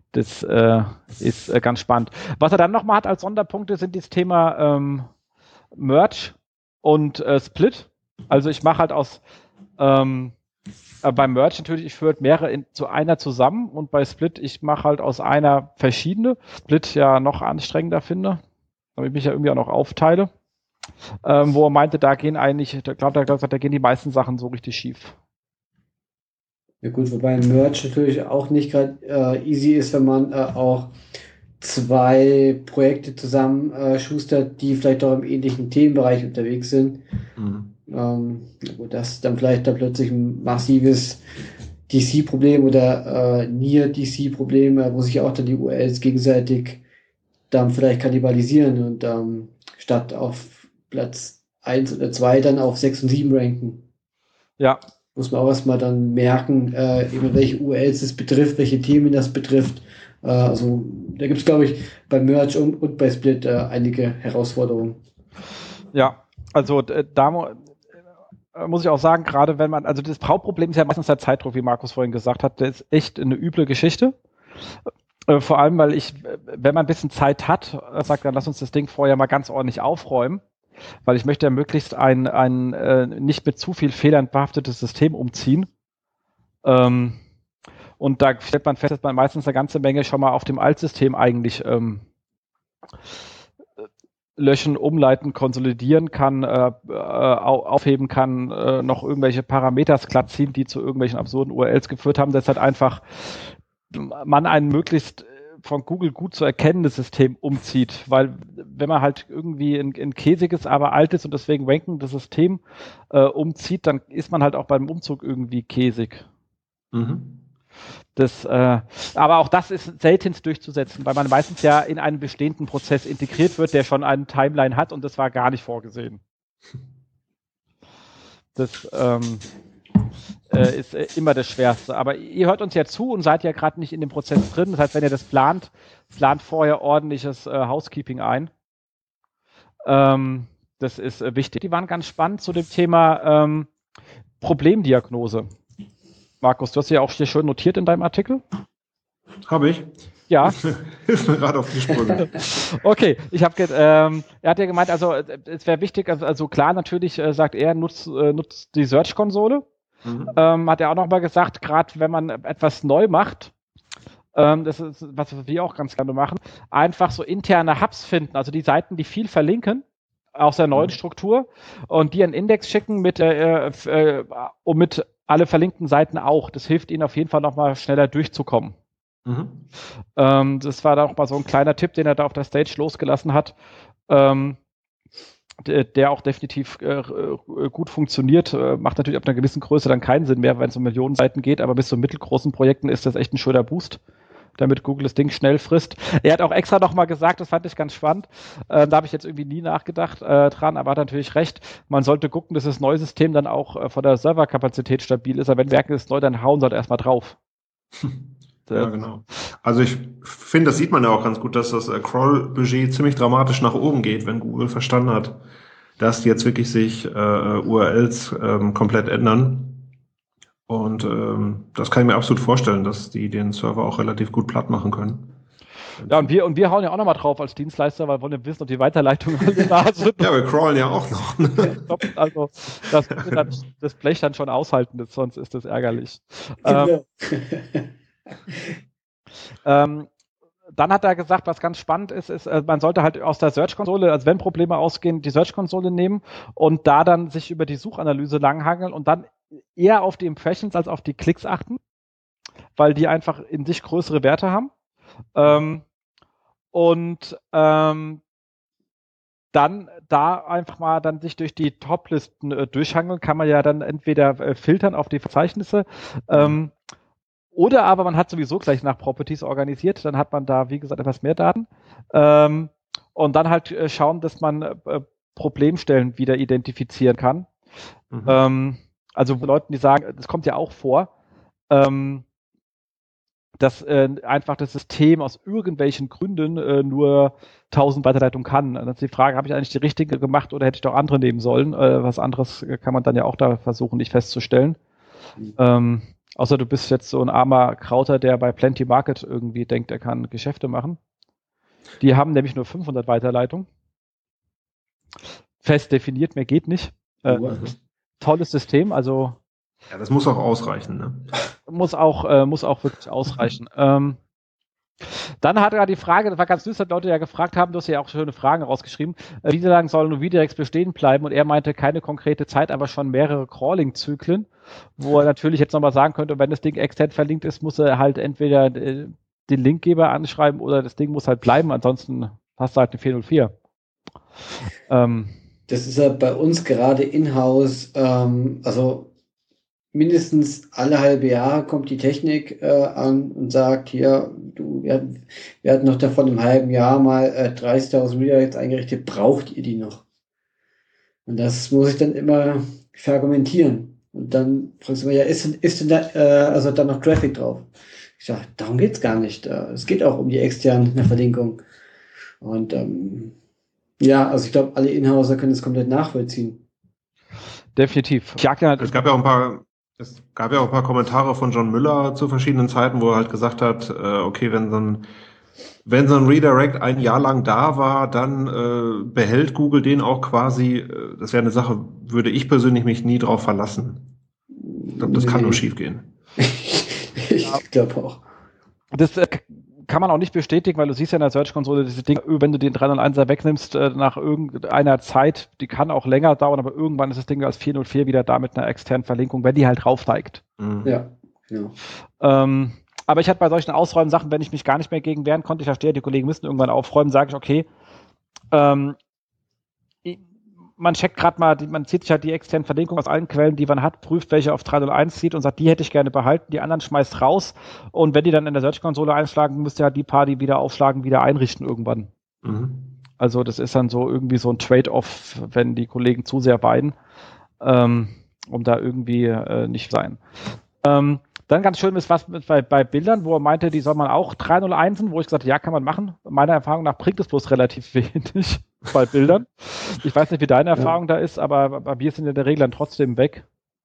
[SPEAKER 2] Das ist ganz spannend. Was er dann nochmal hat als Sonderpunkte sind das Thema Merge und Split. Also ich mache halt beim Merge natürlich, ich führe mehrere zu einer zusammen und bei Split, ich mache halt aus einer verschiedene. Split ja noch anstrengender finde, weil ich mich ja irgendwie auch noch aufteile. Wo er meinte, da gehen eigentlich, da gehen die meisten Sachen so richtig schief.
[SPEAKER 3] Ja gut, wobei Merge natürlich auch nicht gerade easy ist, wenn man auch zwei Projekte zusammen schustert, die vielleicht auch im ähnlichen Themenbereich unterwegs sind. Gut, das ist dann vielleicht da plötzlich ein massives DC-Problem oder Near-DC-Problem, wo sich auch dann die URLs gegenseitig dann vielleicht kannibalisieren und statt auf Platz 1 oder 2 dann auf 6 und 7 ranken.
[SPEAKER 2] Ja.
[SPEAKER 3] Muss man auch erstmal dann merken, eben welche URLs es betrifft, welche Themen das betrifft. Also da gibt es, glaube ich, bei Merge und bei Split einige Herausforderungen.
[SPEAKER 2] Ja, also da muss ich auch sagen, gerade wenn man, also das Hauptproblem ist ja meistens der Zeitdruck, wie Markus vorhin gesagt hat, der ist echt eine üble Geschichte. Vor allem, weil wenn man ein bisschen Zeit hat, sagt dann, lass uns das Ding vorher mal ganz ordentlich aufräumen. Weil ich möchte ja möglichst ein nicht mit zu viel Fehlern behaftetes System umziehen. Und da stellt man fest, dass man meistens eine ganze Menge schon mal auf dem Altsystem eigentlich löschen, umleiten, konsolidieren kann, aufheben kann, noch irgendwelche Parameters glatt ziehen, die zu irgendwelchen absurden URLs geführt haben. Das hat einfach man ein möglichst von Google gut zu erkennendes System umzieht, weil wenn man halt irgendwie ein käsiges, aber altes und deswegen rankendes System umzieht, dann ist man halt auch beim Umzug irgendwie käsig. Aber auch das ist seltenst durchzusetzen, weil man meistens ja in einen bestehenden Prozess integriert wird, der schon eine Timeline hat und das war gar nicht vorgesehen. Das ist immer das Schwerste. Aber ihr hört uns ja zu und seid ja gerade nicht in dem Prozess drin. Das heißt, wenn ihr das plant vorher ordentliches Housekeeping ein. Das ist wichtig. Die waren ganz spannend zu dem Thema Problemdiagnose. Markus, du hast ja auch hier schön notiert in deinem Artikel.
[SPEAKER 4] Habe ich.
[SPEAKER 2] Ja.
[SPEAKER 4] Hilf mir gerade auf die Sprünge.
[SPEAKER 2] Okay, er hat ja gemeint, also es wäre wichtig, also klar natürlich sagt er, nutzt die Search-Konsole. Hat er auch nochmal gesagt, gerade wenn man etwas neu macht, das ist, was wir auch ganz gerne machen, einfach so interne Hubs finden, also die Seiten, die viel verlinken, aus der neuen Struktur und die einen Index schicken mit alle verlinkten Seiten auch. Das hilft ihnen auf jeden Fall nochmal schneller durchzukommen. Das war da auch mal so ein kleiner Tipp, den er da auf der Stage losgelassen hat. Der auch definitiv gut funktioniert, macht natürlich ab einer gewissen Größe dann keinen Sinn mehr, wenn es um Millionen Seiten geht, aber bis zu mittelgroßen Projekten ist das echt ein schöner Boost, damit Google das Ding schnell frisst. Er hat auch extra nochmal gesagt, das fand ich ganz spannend, da habe ich jetzt irgendwie nie nachgedacht dran, aber hat natürlich recht, man sollte gucken, dass das neue System dann auch von der Serverkapazität stabil ist, aber wenn Werken ist neu, dann hauen sie halt erstmal drauf.
[SPEAKER 4] Ja, genau. Also ich finde, das sieht man ja auch ganz gut, dass das Crawl-Budget ziemlich dramatisch nach oben geht, wenn Google verstanden hat, dass jetzt wirklich sich URLs komplett ändern. Und das kann ich mir absolut vorstellen, dass die den Server auch relativ gut platt machen können.
[SPEAKER 2] Ja, und wir hauen ja auch nochmal drauf als Dienstleister, weil wir wollen ja wissen, ob die Weiterleitung da sind.
[SPEAKER 4] Ja, wir crawlen ja auch noch.
[SPEAKER 2] Also das Blech dann schon aushalten, sonst ist das ärgerlich. Dann hat er gesagt, was ganz spannend ist, man sollte halt aus der Search-Konsole, also wenn Probleme ausgehen, die Search-Konsole nehmen und da dann sich über die Suchanalyse langhangeln und dann eher auf die Impressions als auf die Klicks achten, weil die einfach in sich größere Werte haben. Dann da einfach mal dann sich durch die Top-Listen durchhangeln, kann man ja dann entweder filtern auf die Verzeichnisse, oder aber man hat sowieso gleich nach Properties organisiert, dann hat man da, wie gesagt, etwas mehr Daten. Und dann halt schauen, dass man Problemstellen wieder identifizieren kann. Also Leuten, die sagen, das kommt ja auch vor, dass einfach das System aus irgendwelchen Gründen nur 1000 Weiterleitungen kann. Dann ist die Frage, habe ich eigentlich die richtige gemacht oder hätte ich doch andere nehmen sollen? Was anderes kann man dann ja auch da versuchen, nicht festzustellen. Außer du bist jetzt so ein armer Krauter, der bei Plenty Market irgendwie denkt, er kann Geschäfte machen. Die haben nämlich nur 500 Weiterleitungen. Fest definiert, mehr geht nicht. Tolles System, also.
[SPEAKER 4] Ja, das muss auch ausreichen, ne?
[SPEAKER 2] Muss auch wirklich ausreichen. Dann hat er die Frage, das war ganz süß, dass Leute ja gefragt haben, du hast ja auch schöne Fragen rausgeschrieben, wie lange sollen nur Redirects bestehen bleiben? Und er meinte keine konkrete Zeit, aber schon mehrere Crawling-Zyklen, wo er natürlich jetzt nochmal sagen könnte, wenn das Ding extern verlinkt ist, muss er halt entweder den Linkgeber anschreiben oder das Ding muss halt bleiben, ansonsten hast du halt eine 404.
[SPEAKER 3] Das ist ja bei uns gerade in-house, also mindestens alle halbe Jahre kommt die Technik an und sagt, hier, wir hatten noch davon im halben Jahr mal 30.000 Redirects eingerichtet, braucht ihr die noch? Und das muss ich dann immer verargumentieren. Und dann fragst du mich, ja, ist denn da also dann noch Traffic drauf? Ich sage, darum geht's gar nicht. Es geht auch um die externe Verlinkung. Und ja, also ich glaube, alle Inhouser können das komplett nachvollziehen.
[SPEAKER 2] Definitiv.
[SPEAKER 4] Es gab ja auch ein paar Kommentare von John Müller zu verschiedenen Zeiten, wo er halt gesagt hat, okay, wenn so ein Redirect ein Jahr lang da war, dann behält Google den auch quasi. Das wäre eine Sache, würde ich persönlich mich nie drauf verlassen. Ich glaube, das kann nur schief gehen.
[SPEAKER 3] Ich glaube auch.
[SPEAKER 2] Das kann man auch nicht bestätigen, weil du siehst ja in der Search-Konsole diese Dinge, wenn du den 301er wegnimmst, nach irgendeiner Zeit, die kann auch länger dauern, aber irgendwann ist das Ding als 404 wieder da mit einer externen Verlinkung, wenn die halt raufsteigt.
[SPEAKER 3] Ja, genau.
[SPEAKER 2] Aber ich hatte bei solchen Ausräumen-Sachen, wenn ich mich gar nicht mehr gegen wehren konnte, ich verstehe, die Kollegen müssen irgendwann aufräumen, sage ich, okay, man checkt gerade mal, man zieht sich halt die externen Verlinkungen aus allen Quellen, die man hat, prüft, welche auf 301 zieht und sagt, die hätte ich gerne behalten, die anderen schmeißt raus und wenn die dann in der Search-Konsole einschlagen, müsst ihr halt die paar, die wieder aufschlagen, wieder einrichten irgendwann. Also das ist dann so irgendwie so ein Trade-off, wenn die Kollegen zu sehr weinen, um da irgendwie nicht sein. Dann ganz schön ist was bei Bildern, wo er meinte, die soll man auch 301, wo ich gesagt habe, ja, kann man machen. Meiner Erfahrung nach bringt es bloß relativ wenig bei Bildern. Ich weiß nicht, wie deine Erfahrung da ist, aber bei mir sind in der Regel dann trotzdem weg.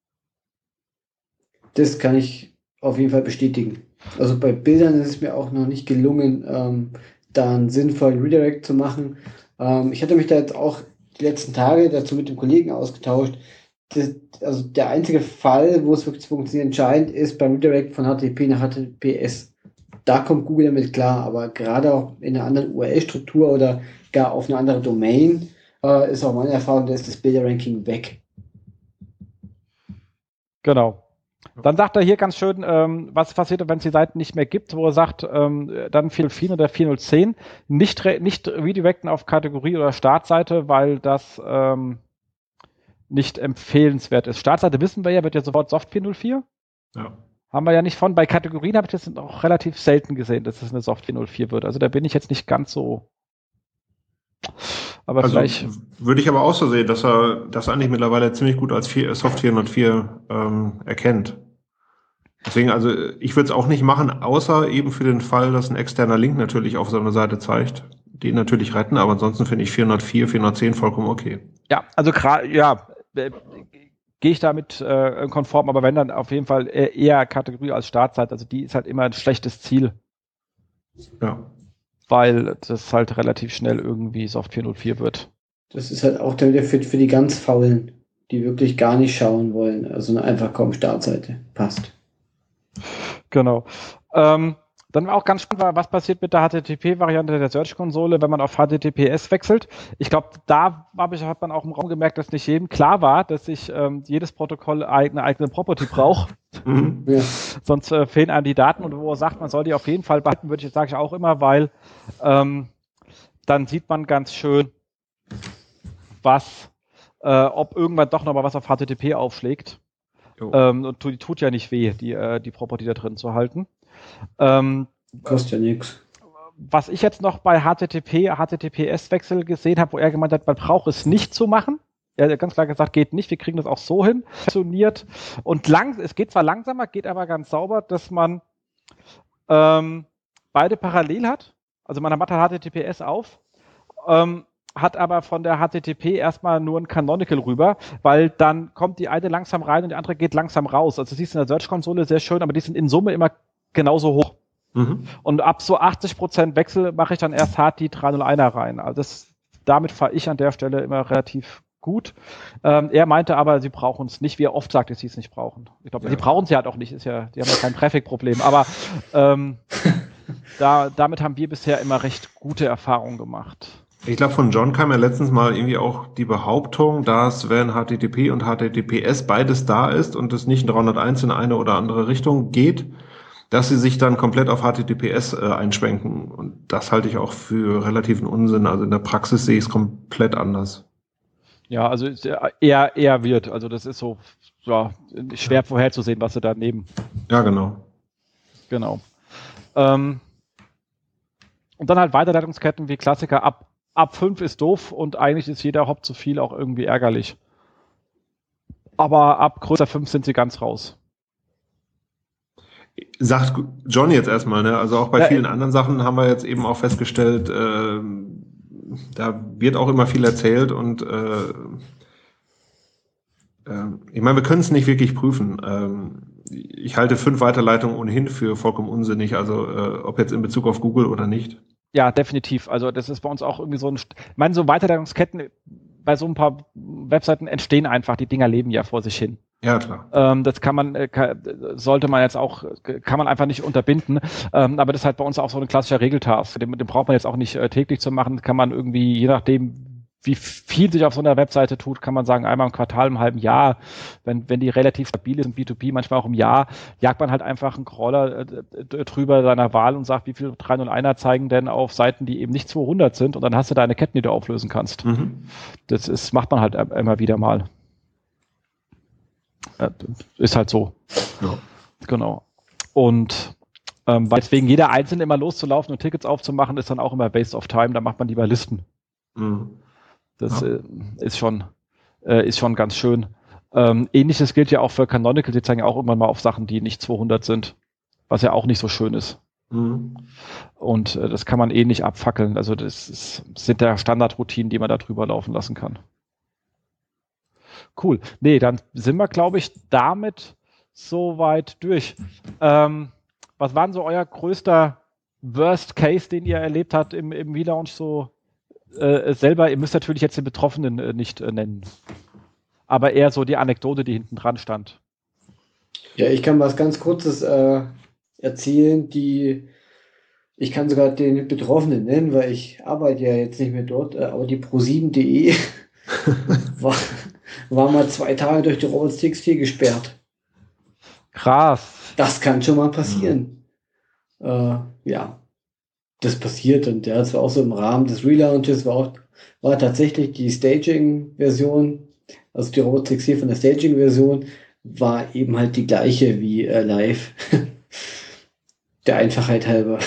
[SPEAKER 3] Das kann ich auf jeden Fall bestätigen. Also bei Bildern ist es mir auch noch nicht gelungen, da einen sinnvollen Redirect zu machen. Ich hatte mich da jetzt auch die letzten Tage dazu mit dem Kollegen ausgetauscht. Also der einzige Fall, wo es wirklich funktioniert, entscheidend ist beim Redirect von HTTP nach HTTPS. Da kommt Google damit klar, aber gerade auch in einer anderen URL-Struktur oder gar auf eine andere Domain ist auch meine Erfahrung, da ist das Bilderranking weg.
[SPEAKER 2] Genau. Dann sagt er hier ganz schön, was passiert, wenn es die Seiten nicht mehr gibt, wo er sagt, dann 404 oder 4010 nicht redirecten auf Kategorie oder Startseite, weil das nicht empfehlenswert ist. Startseite wissen wir ja, wird ja sofort Soft 404.
[SPEAKER 4] Ja.
[SPEAKER 2] Haben wir ja nicht von. Bei Kategorien habe ich das auch relativ selten gesehen, dass es eine Soft 404 wird. Also da bin ich jetzt nicht ganz so. Aber also vielleicht.
[SPEAKER 4] Würde ich aber auch so sehen, dass er das eigentlich mittlerweile ziemlich gut als Soft 404 erkennt. Deswegen, also ich würde es auch nicht machen, außer eben für den Fall, dass ein externer Link natürlich auf so einer Seite zeigt. Den natürlich retten, aber ansonsten finde ich 404, 410 vollkommen okay.
[SPEAKER 2] Ja, also gehe ich damit konform, aber wenn dann auf jeden Fall eher Kategorie als Startzeit, also die ist halt immer ein schlechtes Ziel.
[SPEAKER 4] Ja.
[SPEAKER 2] Weil das halt relativ schnell irgendwie Soft 404 wird.
[SPEAKER 3] Das ist halt auch dann wieder für die ganz Faulen, die wirklich gar nicht schauen wollen. Also einfach kaum Startseite. Passt.
[SPEAKER 2] Genau. Dann war auch ganz spannend, was passiert mit der HTTP-Variante der Search-Konsole, wenn man auf HTTPS wechselt. Ich glaube, da hat man auch im Raum gemerkt, dass nicht jedem klar war, dass sich jedes Protokoll eine eigene Property braucht. Ja. Sonst fehlen einem die Daten und wo er sagt, man soll die auf jeden Fall behalten, sage ich auch immer, weil dann sieht man ganz schön, ob irgendwann doch noch mal was auf HTTP aufschlägt. Und die tut ja nicht weh, die Property da drin zu halten.
[SPEAKER 3] Kostet ja nichts.
[SPEAKER 2] Was ich jetzt noch bei HTTPS-Wechsel gesehen habe, wo er gemeint hat, man braucht es nicht zu machen. Er hat ganz klar gesagt, geht nicht, wir kriegen das auch so hin. Funktioniert. Und es geht zwar langsamer, geht aber ganz sauber, dass man beide parallel hat. Also man hat HTTPS auf, hat aber von der HTTP erstmal nur ein Canonical rüber, weil dann kommt die eine langsam rein und die andere geht langsam raus. Also siehst du in der Search-Konsole sehr schön, aber die sind in Summe immer genauso hoch. Und ab so 80% Wechsel mache ich dann erst HT301er rein. Also damit fahre ich an der Stelle immer relativ gut. Er meinte aber, sie brauchen es nicht, wie er oft sagt, dass sie es nicht brauchen. Ich glaube, sie brauchen es ja halt auch nicht. Die haben ja kein Traffic-Problem. Aber damit haben wir bisher immer recht gute Erfahrungen gemacht.
[SPEAKER 4] Ich glaube, von John kam ja letztens mal irgendwie auch die Behauptung, dass wenn HTTP und HTTPS beides da ist und es nicht in 301 in eine oder andere Richtung geht, dass sie sich dann komplett auf HTTPS einschwenken. Und das halte ich auch für relativen Unsinn. Also in der Praxis sehe ich es komplett anders.
[SPEAKER 2] Ja, also eher wird. Also das ist so schwer vorherzusehen, was sie da nehmen.
[SPEAKER 4] Ja, genau.
[SPEAKER 2] Genau. Und dann halt Weiterleitungsketten wie Klassiker. Ab 5 ist doof und eigentlich ist jeder Hop zu viel auch irgendwie ärgerlich. Aber ab größer 5 sind sie ganz raus.
[SPEAKER 4] Sagt John jetzt erstmal, ne? Also auch bei vielen anderen Sachen haben wir jetzt eben auch festgestellt, da wird auch immer viel erzählt und ich meine, wir können es nicht wirklich prüfen. Ich halte 5 Weiterleitungen ohnehin für vollkommen unsinnig, also ob jetzt in Bezug auf Google oder nicht.
[SPEAKER 2] Ja, definitiv. Also das ist bei uns auch irgendwie so ein... Ich meine, so Weiterleitungsketten bei so ein paar Webseiten entstehen einfach, die Dinger leben ja vor sich hin.
[SPEAKER 4] Ja, klar.
[SPEAKER 2] Das kann man einfach nicht unterbinden. Aber das ist halt bei uns auch so ein klassischer Regeltask. Den braucht man jetzt auch nicht täglich zu machen. Kann man irgendwie, je nachdem, wie viel sich auf so einer Webseite tut, kann man sagen, einmal im Quartal, im halben Jahr, wenn die relativ stabil ist, im B2B, manchmal auch im Jahr, jagt man halt einfach einen Crawler drüber seiner Wahl und sagt, wie viele 301er zeigen denn auf Seiten, die eben nicht 200 sind, und dann hast du da eine Ketten, die du auflösen kannst. Das macht man halt immer wieder mal. Ist halt so.
[SPEAKER 4] Ja.
[SPEAKER 2] Genau. Und weil deswegen jeder Einzelne immer loszulaufen und Tickets aufzumachen, ist dann auch immer Waste of Time, da macht man lieber Listen. Das ist schon ganz schön. Ähnliches gilt ja auch für Canonical, die zeigen ja auch irgendwann mal auf Sachen, die nicht 200 sind, was ja auch nicht so schön ist. Und das kann man nicht abfackeln. Also sind da Standardroutinen, die man da drüber laufen lassen kann. Cool. Nee, dann sind wir, glaube ich, damit soweit durch. Was war denn so euer größter Worst Case, den ihr erlebt habt im V-Launch so selber? Ihr müsst natürlich jetzt den Betroffenen nicht nennen, aber eher so die Anekdote, die hinten dran stand.
[SPEAKER 3] Ja, ich kann was ganz Kurzes erzählen. Ich kann sogar den Betroffenen nennen, weil ich arbeite ja jetzt nicht mehr dort, aber die pro7.de war mal 2 Tage durch die Robots.txt gesperrt.
[SPEAKER 2] Krass.
[SPEAKER 3] Das kann schon mal passieren. Ja, das passiert, und ja, das war auch so im Rahmen des Relaunches, war tatsächlich die Staging-Version, also die Robots.txt von der Staging-Version war eben halt die gleiche wie live. Der Einfachheit halber.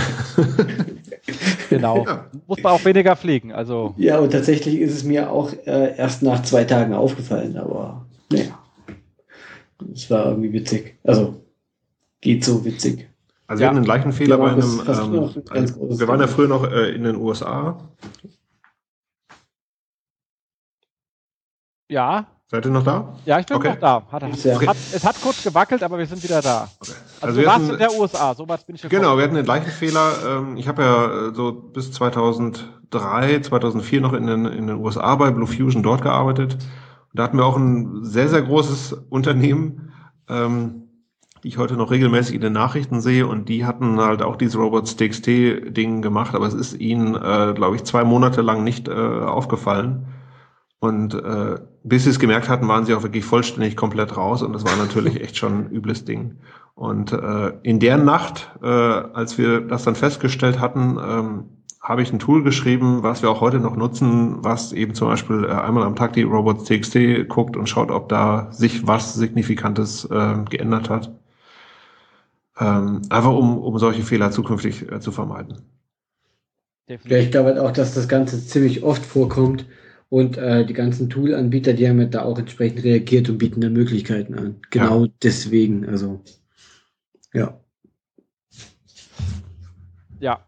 [SPEAKER 2] Genau. Ja. Muss man auch weniger pflegen. Also.
[SPEAKER 3] Ja, und tatsächlich ist es mir auch erst nach 2 Tagen aufgefallen, aber naja. Es war irgendwie witzig. Also, geht so witzig.
[SPEAKER 4] Also wir hatten den gleichen Fehler bei einem, wir waren ja früher noch in den USA.
[SPEAKER 2] Ja.
[SPEAKER 4] Seid ihr noch da?
[SPEAKER 2] Ja, ich bin noch da. Es hat kurz gewackelt, aber wir sind wieder da.
[SPEAKER 4] Okay.
[SPEAKER 2] Also du warst in der USA, so weit bin ich gekommen.
[SPEAKER 4] Genau, wir hatten den gleichen Fehler. Ich habe ja so bis 2003, 2004 noch in den USA bei Blue Fusion dort gearbeitet. Und da hatten wir auch ein sehr, sehr großes Unternehmen, die ich heute noch regelmäßig in den Nachrichten sehe, und die hatten halt auch dieses Robots.txt-Ding gemacht, aber es ist ihnen, glaube ich, 2 Monate lang nicht aufgefallen. Und bis sie es gemerkt hatten, waren sie auch wirklich vollständig komplett raus, und das war natürlich echt schon ein übles Ding. Und in der Nacht, als wir das dann festgestellt hatten, habe ich ein Tool geschrieben, was wir auch heute noch nutzen, was eben zum Beispiel einmal am Tag die Robots.txt guckt und schaut, ob da sich was Signifikantes geändert hat. Einfach um solche Fehler zukünftig zu vermeiden.
[SPEAKER 3] Definitiv. Ja, ich glaube halt auch, dass das Ganze ziemlich oft vorkommt, und die ganzen Tool-Anbieter, die haben da auch entsprechend reagiert und bieten da Möglichkeiten an. Genau deswegen, also ja.
[SPEAKER 2] Ja,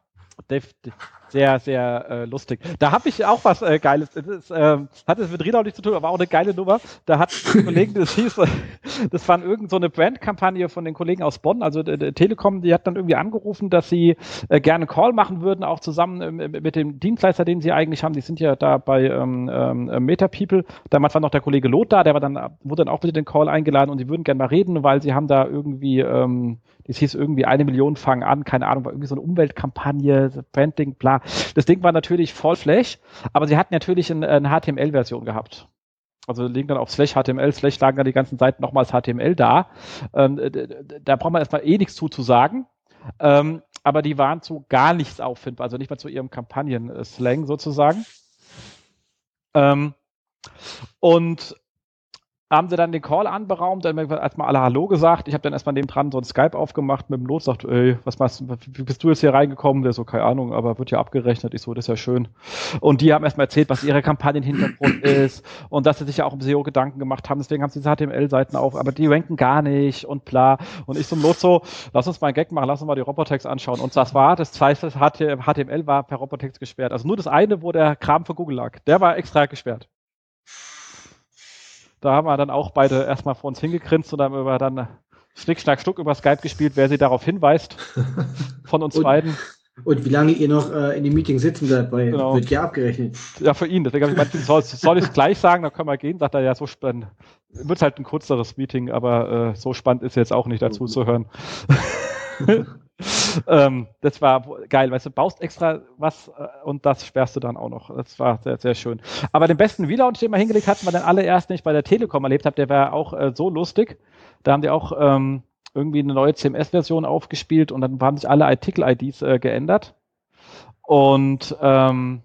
[SPEAKER 2] sehr, sehr lustig. Da habe ich auch was Geiles. Hat es mit Relaunch nichts zu tun, aber auch eine geile Nummer. Da hat ein Kollegen, das war irgend so eine Brandkampagne von den Kollegen aus Bonn, also Telekom, die hat dann irgendwie angerufen, dass sie gerne Call machen würden, auch zusammen mit dem Dienstleister, den sie eigentlich haben. Die sind ja da bei MetaPeople. Damals war noch der Kollege Loth da, wurde dann auch wieder den Call eingeladen und die würden gerne mal reden, weil sie haben da irgendwie, das hieß irgendwie 1 Million fangen an, keine Ahnung, war irgendwie so eine Umweltkampagne, Branding, bla. Das Ding war natürlich voll Flash, aber sie hatten natürlich eine HTML-Version gehabt. Also liegen dann auf /HTML, / lagen dann die ganzen Seiten nochmals HTML da. Da braucht man erstmal nichts zu sagen. Aber die waren zu gar nichts auffindbar, also nicht mal zu ihrem Kampagnen-Slang sozusagen. Und haben sie dann den Call anberaumt, dann erstmal alle Hallo gesagt. Ich habe dann erstmal nebendran so ein Skype aufgemacht mit dem Lot, sagt, ey, was machst du, wie bist du jetzt hier reingekommen? Der so, keine Ahnung, aber wird ja abgerechnet. Ich so, das ist ja schön. Und die haben erstmal erzählt, was ihre Kampagnenhintergrund ist und dass sie sich ja auch im SEO Gedanken gemacht haben. Deswegen haben sie diese HTML-Seiten auf, aber die ranken gar nicht und bla. Und ich so im Lot so, lass uns mal einen Gag machen, lass uns mal die Robotex anschauen. Und das zweite HTML war per Robotex gesperrt. Also nur das eine, wo der Kram für Google lag. Der war extra gesperrt. Da haben wir dann auch beide erstmal vor uns hingegrinst und dann haben wir dann Schnick, Schnack, Schnuck über Skype gespielt, wer sie darauf hinweist von uns beiden. Und
[SPEAKER 3] wie lange ihr noch in dem Meeting sitzen bleibt, weil wird ja abgerechnet.
[SPEAKER 2] Ja, für ihn. Deswegen habe ich gemeint, soll ich es gleich sagen, dann können wir gehen. Sagt er, ja, so spannend. Wird halt ein kürzeres Meeting, aber so spannend ist jetzt auch nicht dazu zu hören. Das war geil, weißt du, baust extra was und das sperrst du dann auch noch. Das war sehr, sehr schön. Aber den besten Relaunch, den wir hingelegt hatten, wir den allererst nicht bei der Telekom erlebt habe, der war auch so lustig. Da haben die auch irgendwie eine neue CMS-Version aufgespielt und dann haben sich alle Artikel-IDs geändert und hatten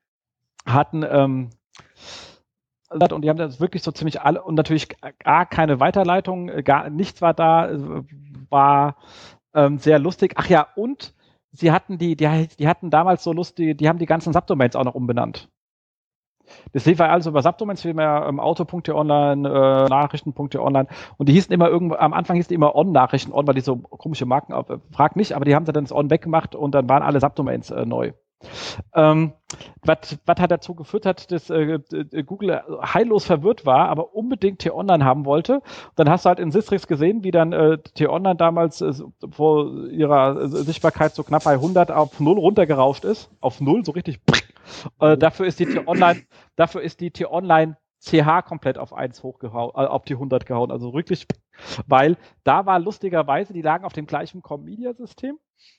[SPEAKER 2] und die haben das wirklich so ziemlich alle und natürlich gar keine Weiterleitung, gar nichts war da, war sehr lustig. Ach ja, und sie hatten die hatten damals so lustig, die haben die ganzen Subdomains auch noch umbenannt. Das lief ja alles über Subdomains, wie mehr auto.online, Nachrichten.online und die hießen immer irgendwo, am Anfang hießen die immer On-Nachrichten, On, weil die so komische Marken, frag nicht, aber die haben dann das On weggemacht und dann waren alle Subdomains neu. Was hat dazu geführt, dass Google heillos verwirrt war, aber unbedingt T-Online haben wollte. Und dann hast du halt in Sistrix gesehen, wie dann T-Online damals vor ihrer Sichtbarkeit so knapp bei 100 auf 0 runtergerauscht ist. Auf 0, so richtig. Dafür ist die T-Online CH komplett auf 1 hochgehauen, auf die 100 gehauen. Also wirklich, weil da war lustigerweise, die lagen auf dem gleichen Com-Media-System.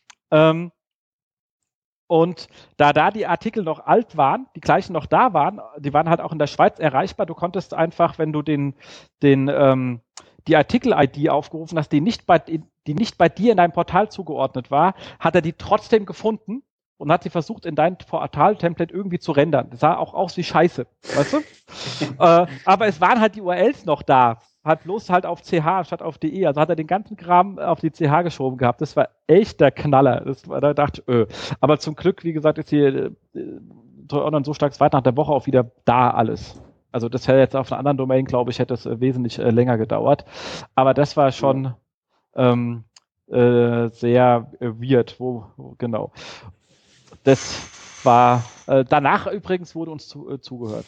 [SPEAKER 2] Und da die Artikel noch alt waren, die gleichen noch da waren, die waren halt auch in der Schweiz erreichbar. Du konntest einfach, wenn du die Artikel-ID aufgerufen hast, die nicht bei dir in deinem Portal zugeordnet war, hat er die trotzdem gefunden und hat sie versucht, in dein Portal-Template irgendwie zu rendern. Das sah auch aus wie Scheiße, weißt du? Aber es waren halt die URLs noch da. Hat bloß halt auf CH statt auf DE. Also hat er den ganzen Kram auf die CH geschoben gehabt. Das war echt der Knaller. Da dachte ich, Aber zum Glück, wie gesagt, ist hier Online so stark weit nach der Woche auch wieder da alles. Also das hätte jetzt auf einer anderen Domain, glaube ich, hätte es wesentlich länger gedauert. Aber das war schon sehr weird. Genau. Das war danach übrigens wurde uns zugehört.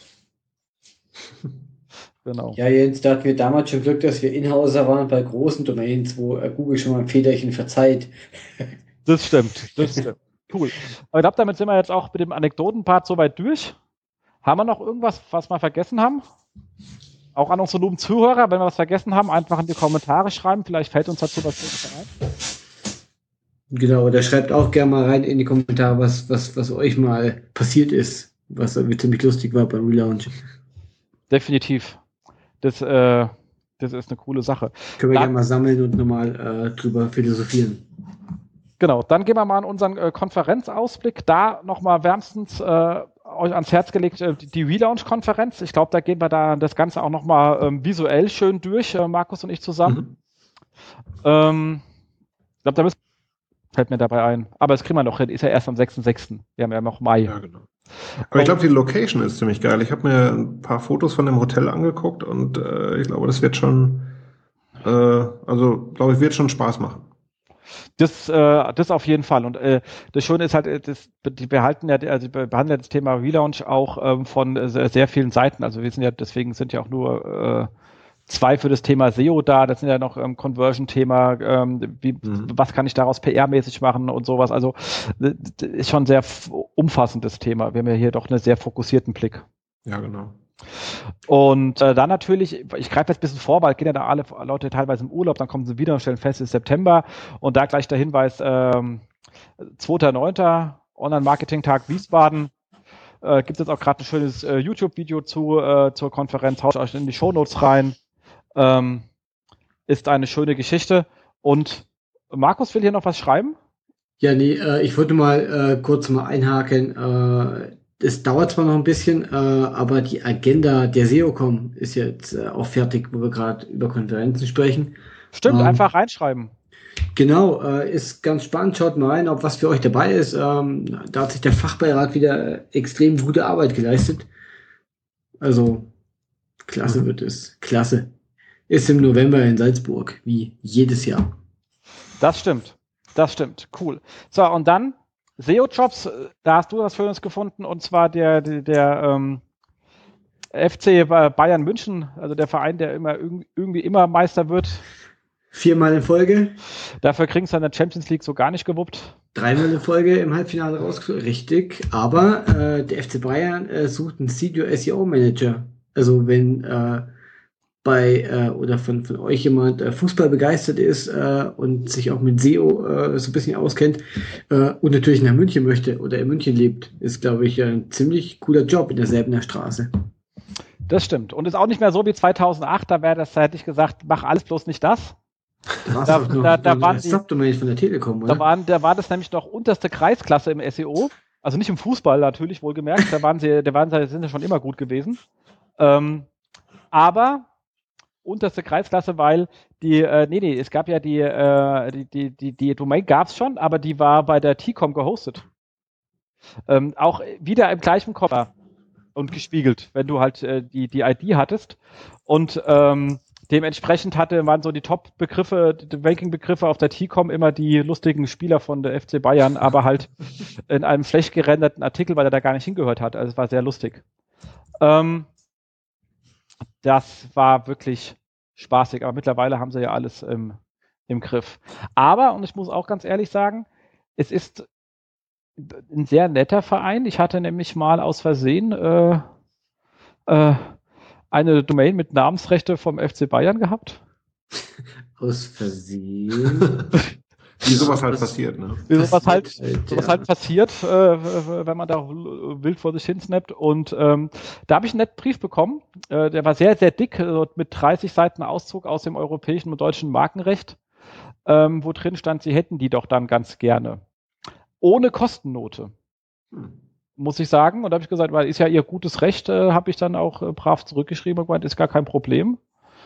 [SPEAKER 2] Genau.
[SPEAKER 3] Ja, Jens, da hatten wir damals schon Glück, dass wir Inhauser waren bei großen Domains, wo Google schon mal ein Federchen verzeiht.
[SPEAKER 2] Das stimmt. Cool. Aber ich glaube, damit sind wir jetzt auch mit dem Anekdotenpart soweit durch. Haben wir noch irgendwas, was wir vergessen haben? Auch an unsere lieben Zuhörer, wenn wir was vergessen haben, einfach in die Kommentare schreiben. Vielleicht fällt uns dazu was ein.
[SPEAKER 3] Genau, oder schreibt auch gerne mal rein in die Kommentare, was euch mal passiert ist, was ziemlich lustig war beim Relaunch.
[SPEAKER 2] Definitiv. Das ist eine coole Sache.
[SPEAKER 3] Können wir gerne mal sammeln und nochmal drüber philosophieren.
[SPEAKER 2] Genau, dann gehen wir mal an unseren Konferenzausblick. Da nochmal wärmstens euch ans Herz gelegt, die Relaunch-Konferenz. Ich glaube, da gehen wir da das Ganze auch nochmal visuell schön durch, Markus und ich zusammen. Ich glaube, da fällt mir dabei ein. Aber das kriegen wir noch hin. Ist ja erst am 6.6. Wir haben ja noch Mai.
[SPEAKER 4] Ja, genau. Aber ich glaube, die Location ist ziemlich geil. Ich habe mir ein paar Fotos von dem Hotel angeguckt und ich glaube, das wird schon, wird schon Spaß machen.
[SPEAKER 2] Das auf jeden Fall. Und das Schöne ist halt, wir behandeln ja das Thema Relaunch auch von sehr vielen Seiten. Also deswegen sind ja auch nur 2 für das Thema SEO da. Das sind ja noch Conversion-Thema. Was kann ich daraus PR-mäßig machen und sowas. Also das ist schon ein sehr umfassendes Thema. Wir haben ja hier doch einen sehr fokussierten Blick.
[SPEAKER 4] Ja, genau.
[SPEAKER 2] Und dann natürlich, ich greife jetzt ein bisschen vor, weil gehen ja da alle Leute teilweise im Urlaub, dann kommen sie wieder und stellen fest, es ist September. Und da gleich der Hinweis, 2.9. Online-Marketing-Tag Wiesbaden. Gibt es jetzt auch gerade ein schönes YouTube-Video zur Konferenz. Haut euch in die Shownotes rein. Ist eine schöne Geschichte. Und Markus will hier noch was schreiben?
[SPEAKER 3] Ja, nee, ich wollte mal kurz mal einhaken. Es dauert zwar noch ein bisschen, aber die Agenda der SEOCom ist jetzt auch fertig, wo wir gerade über Konferenzen sprechen.
[SPEAKER 2] Stimmt, einfach reinschreiben.
[SPEAKER 3] Genau, ist ganz spannend. Schaut mal rein, ob was für euch dabei ist. Da hat sich der Fachbeirat wieder extrem gute Arbeit geleistet. Also, klasse wird es. Klasse. Ist im November in Salzburg, wie jedes Jahr.
[SPEAKER 2] Das stimmt. Cool. So, und dann SEO-Jobs, da hast du was Schönes gefunden, und zwar der FC Bayern München, also der Verein, der irgendwie immer Meister wird.
[SPEAKER 3] 4-mal in Folge.
[SPEAKER 2] Dafür kriegen sie in der Champions League so gar nicht gewuppt.
[SPEAKER 3] 3-mal in Folge im Halbfinale rausgekommen. Richtig. Aber der FC Bayern sucht einen Senior SEO Manager. Also wenn oder von euch jemand Fußball begeistert ist und sich auch mit SEO so ein bisschen auskennt und natürlich nach München möchte oder in München lebt, ist, glaube ich, ein ziemlich cooler Job in der Säbener Straße.
[SPEAKER 2] Das stimmt. Und ist auch nicht mehr so wie 2008, da hätte ich gesagt, mach alles bloß nicht das.
[SPEAKER 3] Da waren die Subdomain von der Telekom, oder?
[SPEAKER 2] Da war das nämlich noch unterste Kreisklasse im SEO, also nicht im Fußball natürlich, wohlgemerkt, sind ja schon immer gut gewesen. Aber unterste Kreisklasse, weil es gab ja die Domain gab es schon, aber die war bei der T-Com gehostet. Auch wieder im gleichen Koffer und gespiegelt, wenn du halt die ID hattest. Und dementsprechend waren so die Top-Begriffe, die Ranking-Begriffe auf der T-Com immer die lustigen Spieler von der FC Bayern, aber halt in einem schlecht gerenderten Artikel, weil er da gar nicht hingehört hat. Also es war sehr lustig. Das war wirklich spaßig, aber mittlerweile haben sie ja alles im Griff. Aber, und ich muss auch ganz ehrlich sagen, es ist ein sehr netter Verein. Ich hatte nämlich mal aus Versehen eine Domain mit Namensrechte vom FC Bayern gehabt.
[SPEAKER 3] Aus Versehen?
[SPEAKER 4] Wie sowas halt passiert, ne?
[SPEAKER 2] Wie sowas halt passiert, wenn man da wild vor sich hin snappt. Und da habe ich einen netten Brief bekommen. Der war sehr, sehr dick, mit 30 Seiten Auszug aus dem europäischen und deutschen Markenrecht, wo drin stand, sie hätten die doch dann ganz gerne. Ohne Kostennote. Muss ich sagen. Und da habe ich gesagt, weil ist ja ihr gutes Recht, habe ich dann auch brav zurückgeschrieben und gemeint, ist gar kein Problem.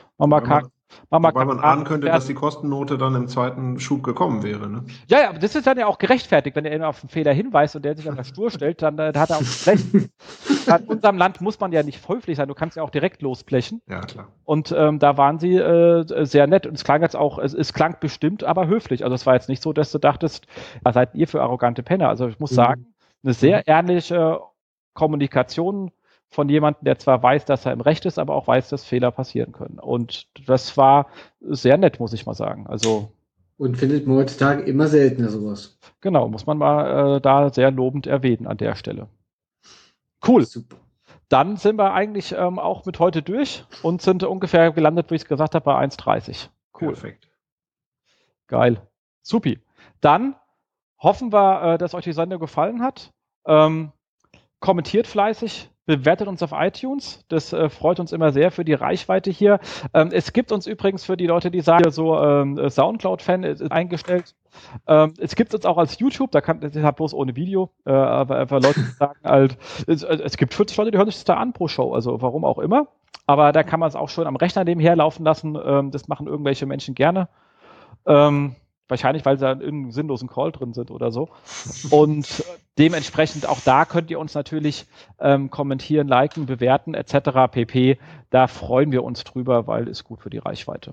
[SPEAKER 4] Weil man ahnen könnte, dass die Kostennote dann im zweiten Schub gekommen wäre. Ne?
[SPEAKER 2] Ja, aber das ist dann ja auch gerechtfertigt, wenn er auf einen Fehler hinweist und der sich an der Stur stellt, dann hat er auch recht. In unserem Land muss man ja nicht höflich sein, du kannst ja auch direkt losblechen.
[SPEAKER 4] Ja, klar.
[SPEAKER 2] Und da waren sie sehr nett und es klang jetzt auch, es klang bestimmt, aber höflich. Also es war jetzt nicht so, dass du dachtest, was seid ihr für arrogante Penner? Also ich muss sagen, eine sehr ehrliche Kommunikation von jemandem, der zwar weiß, dass er im Recht ist, aber auch weiß, dass Fehler passieren können. Und das war sehr nett, muss ich mal sagen. Also,
[SPEAKER 3] und findet man heutzutage immer seltener sowas.
[SPEAKER 2] Genau, muss man mal da sehr lobend erwähnen an der Stelle. Cool. Super. Dann sind wir eigentlich auch mit heute durch und sind ungefähr gelandet, wie ich es gesagt habe, bei 1,30. Cool.
[SPEAKER 4] Perfekt.
[SPEAKER 2] Geil. Supi. Dann hoffen wir, dass euch die Sendung gefallen hat. Kommentiert fleißig. Bewertet uns auf iTunes, das freut uns immer sehr für die Reichweite hier. Es gibt uns übrigens für die Leute, die sagen, so Soundcloud-Fan ist eingestellt. Es gibt uns auch als YouTube, das ist halt bloß ohne Video, aber Leute sagen halt, es gibt 40 Leute, die hören sich das da an pro Show, also warum auch immer. Aber da kann man es auch schon am Rechner nebenher laufen lassen, das machen irgendwelche Menschen gerne. Wahrscheinlich, weil sie in irgendeinem sinnlosen Call drin sind oder so. Und dementsprechend auch da könnt ihr uns natürlich kommentieren, liken, bewerten etc. pp. Da freuen wir uns drüber, weil es gut für die Reichweite.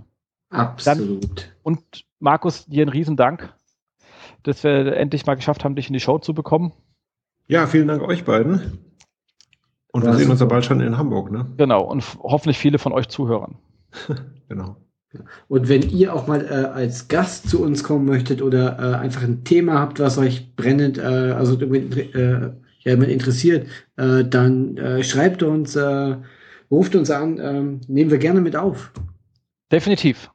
[SPEAKER 3] Absolut.
[SPEAKER 2] Und Markus, dir einen Riesendank, dass wir endlich mal geschafft haben, dich in die Show zu bekommen.
[SPEAKER 4] Ja, vielen Dank euch beiden. Und wir sehen uns ja bald schon in Hamburg, ne?
[SPEAKER 2] Genau, und hoffentlich viele von euch Zuhörern.
[SPEAKER 4] Genau.
[SPEAKER 3] Und wenn ihr auch mal als Gast zu uns kommen möchtet oder einfach ein Thema habt, was euch brennend, jemand interessiert, dann schreibt uns, ruft uns an, nehmen wir gerne mit auf.
[SPEAKER 2] Definitiv.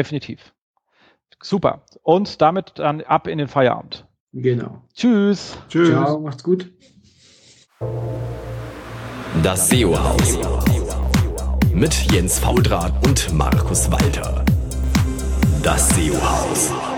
[SPEAKER 2] Super. Und damit dann ab in den Feierabend.
[SPEAKER 3] Genau.
[SPEAKER 2] Tschüss.
[SPEAKER 3] Ciao, macht's gut.
[SPEAKER 1] Das SEO-Haus mit Jens Faudrat und Markus Walter. Das SEO-Haus.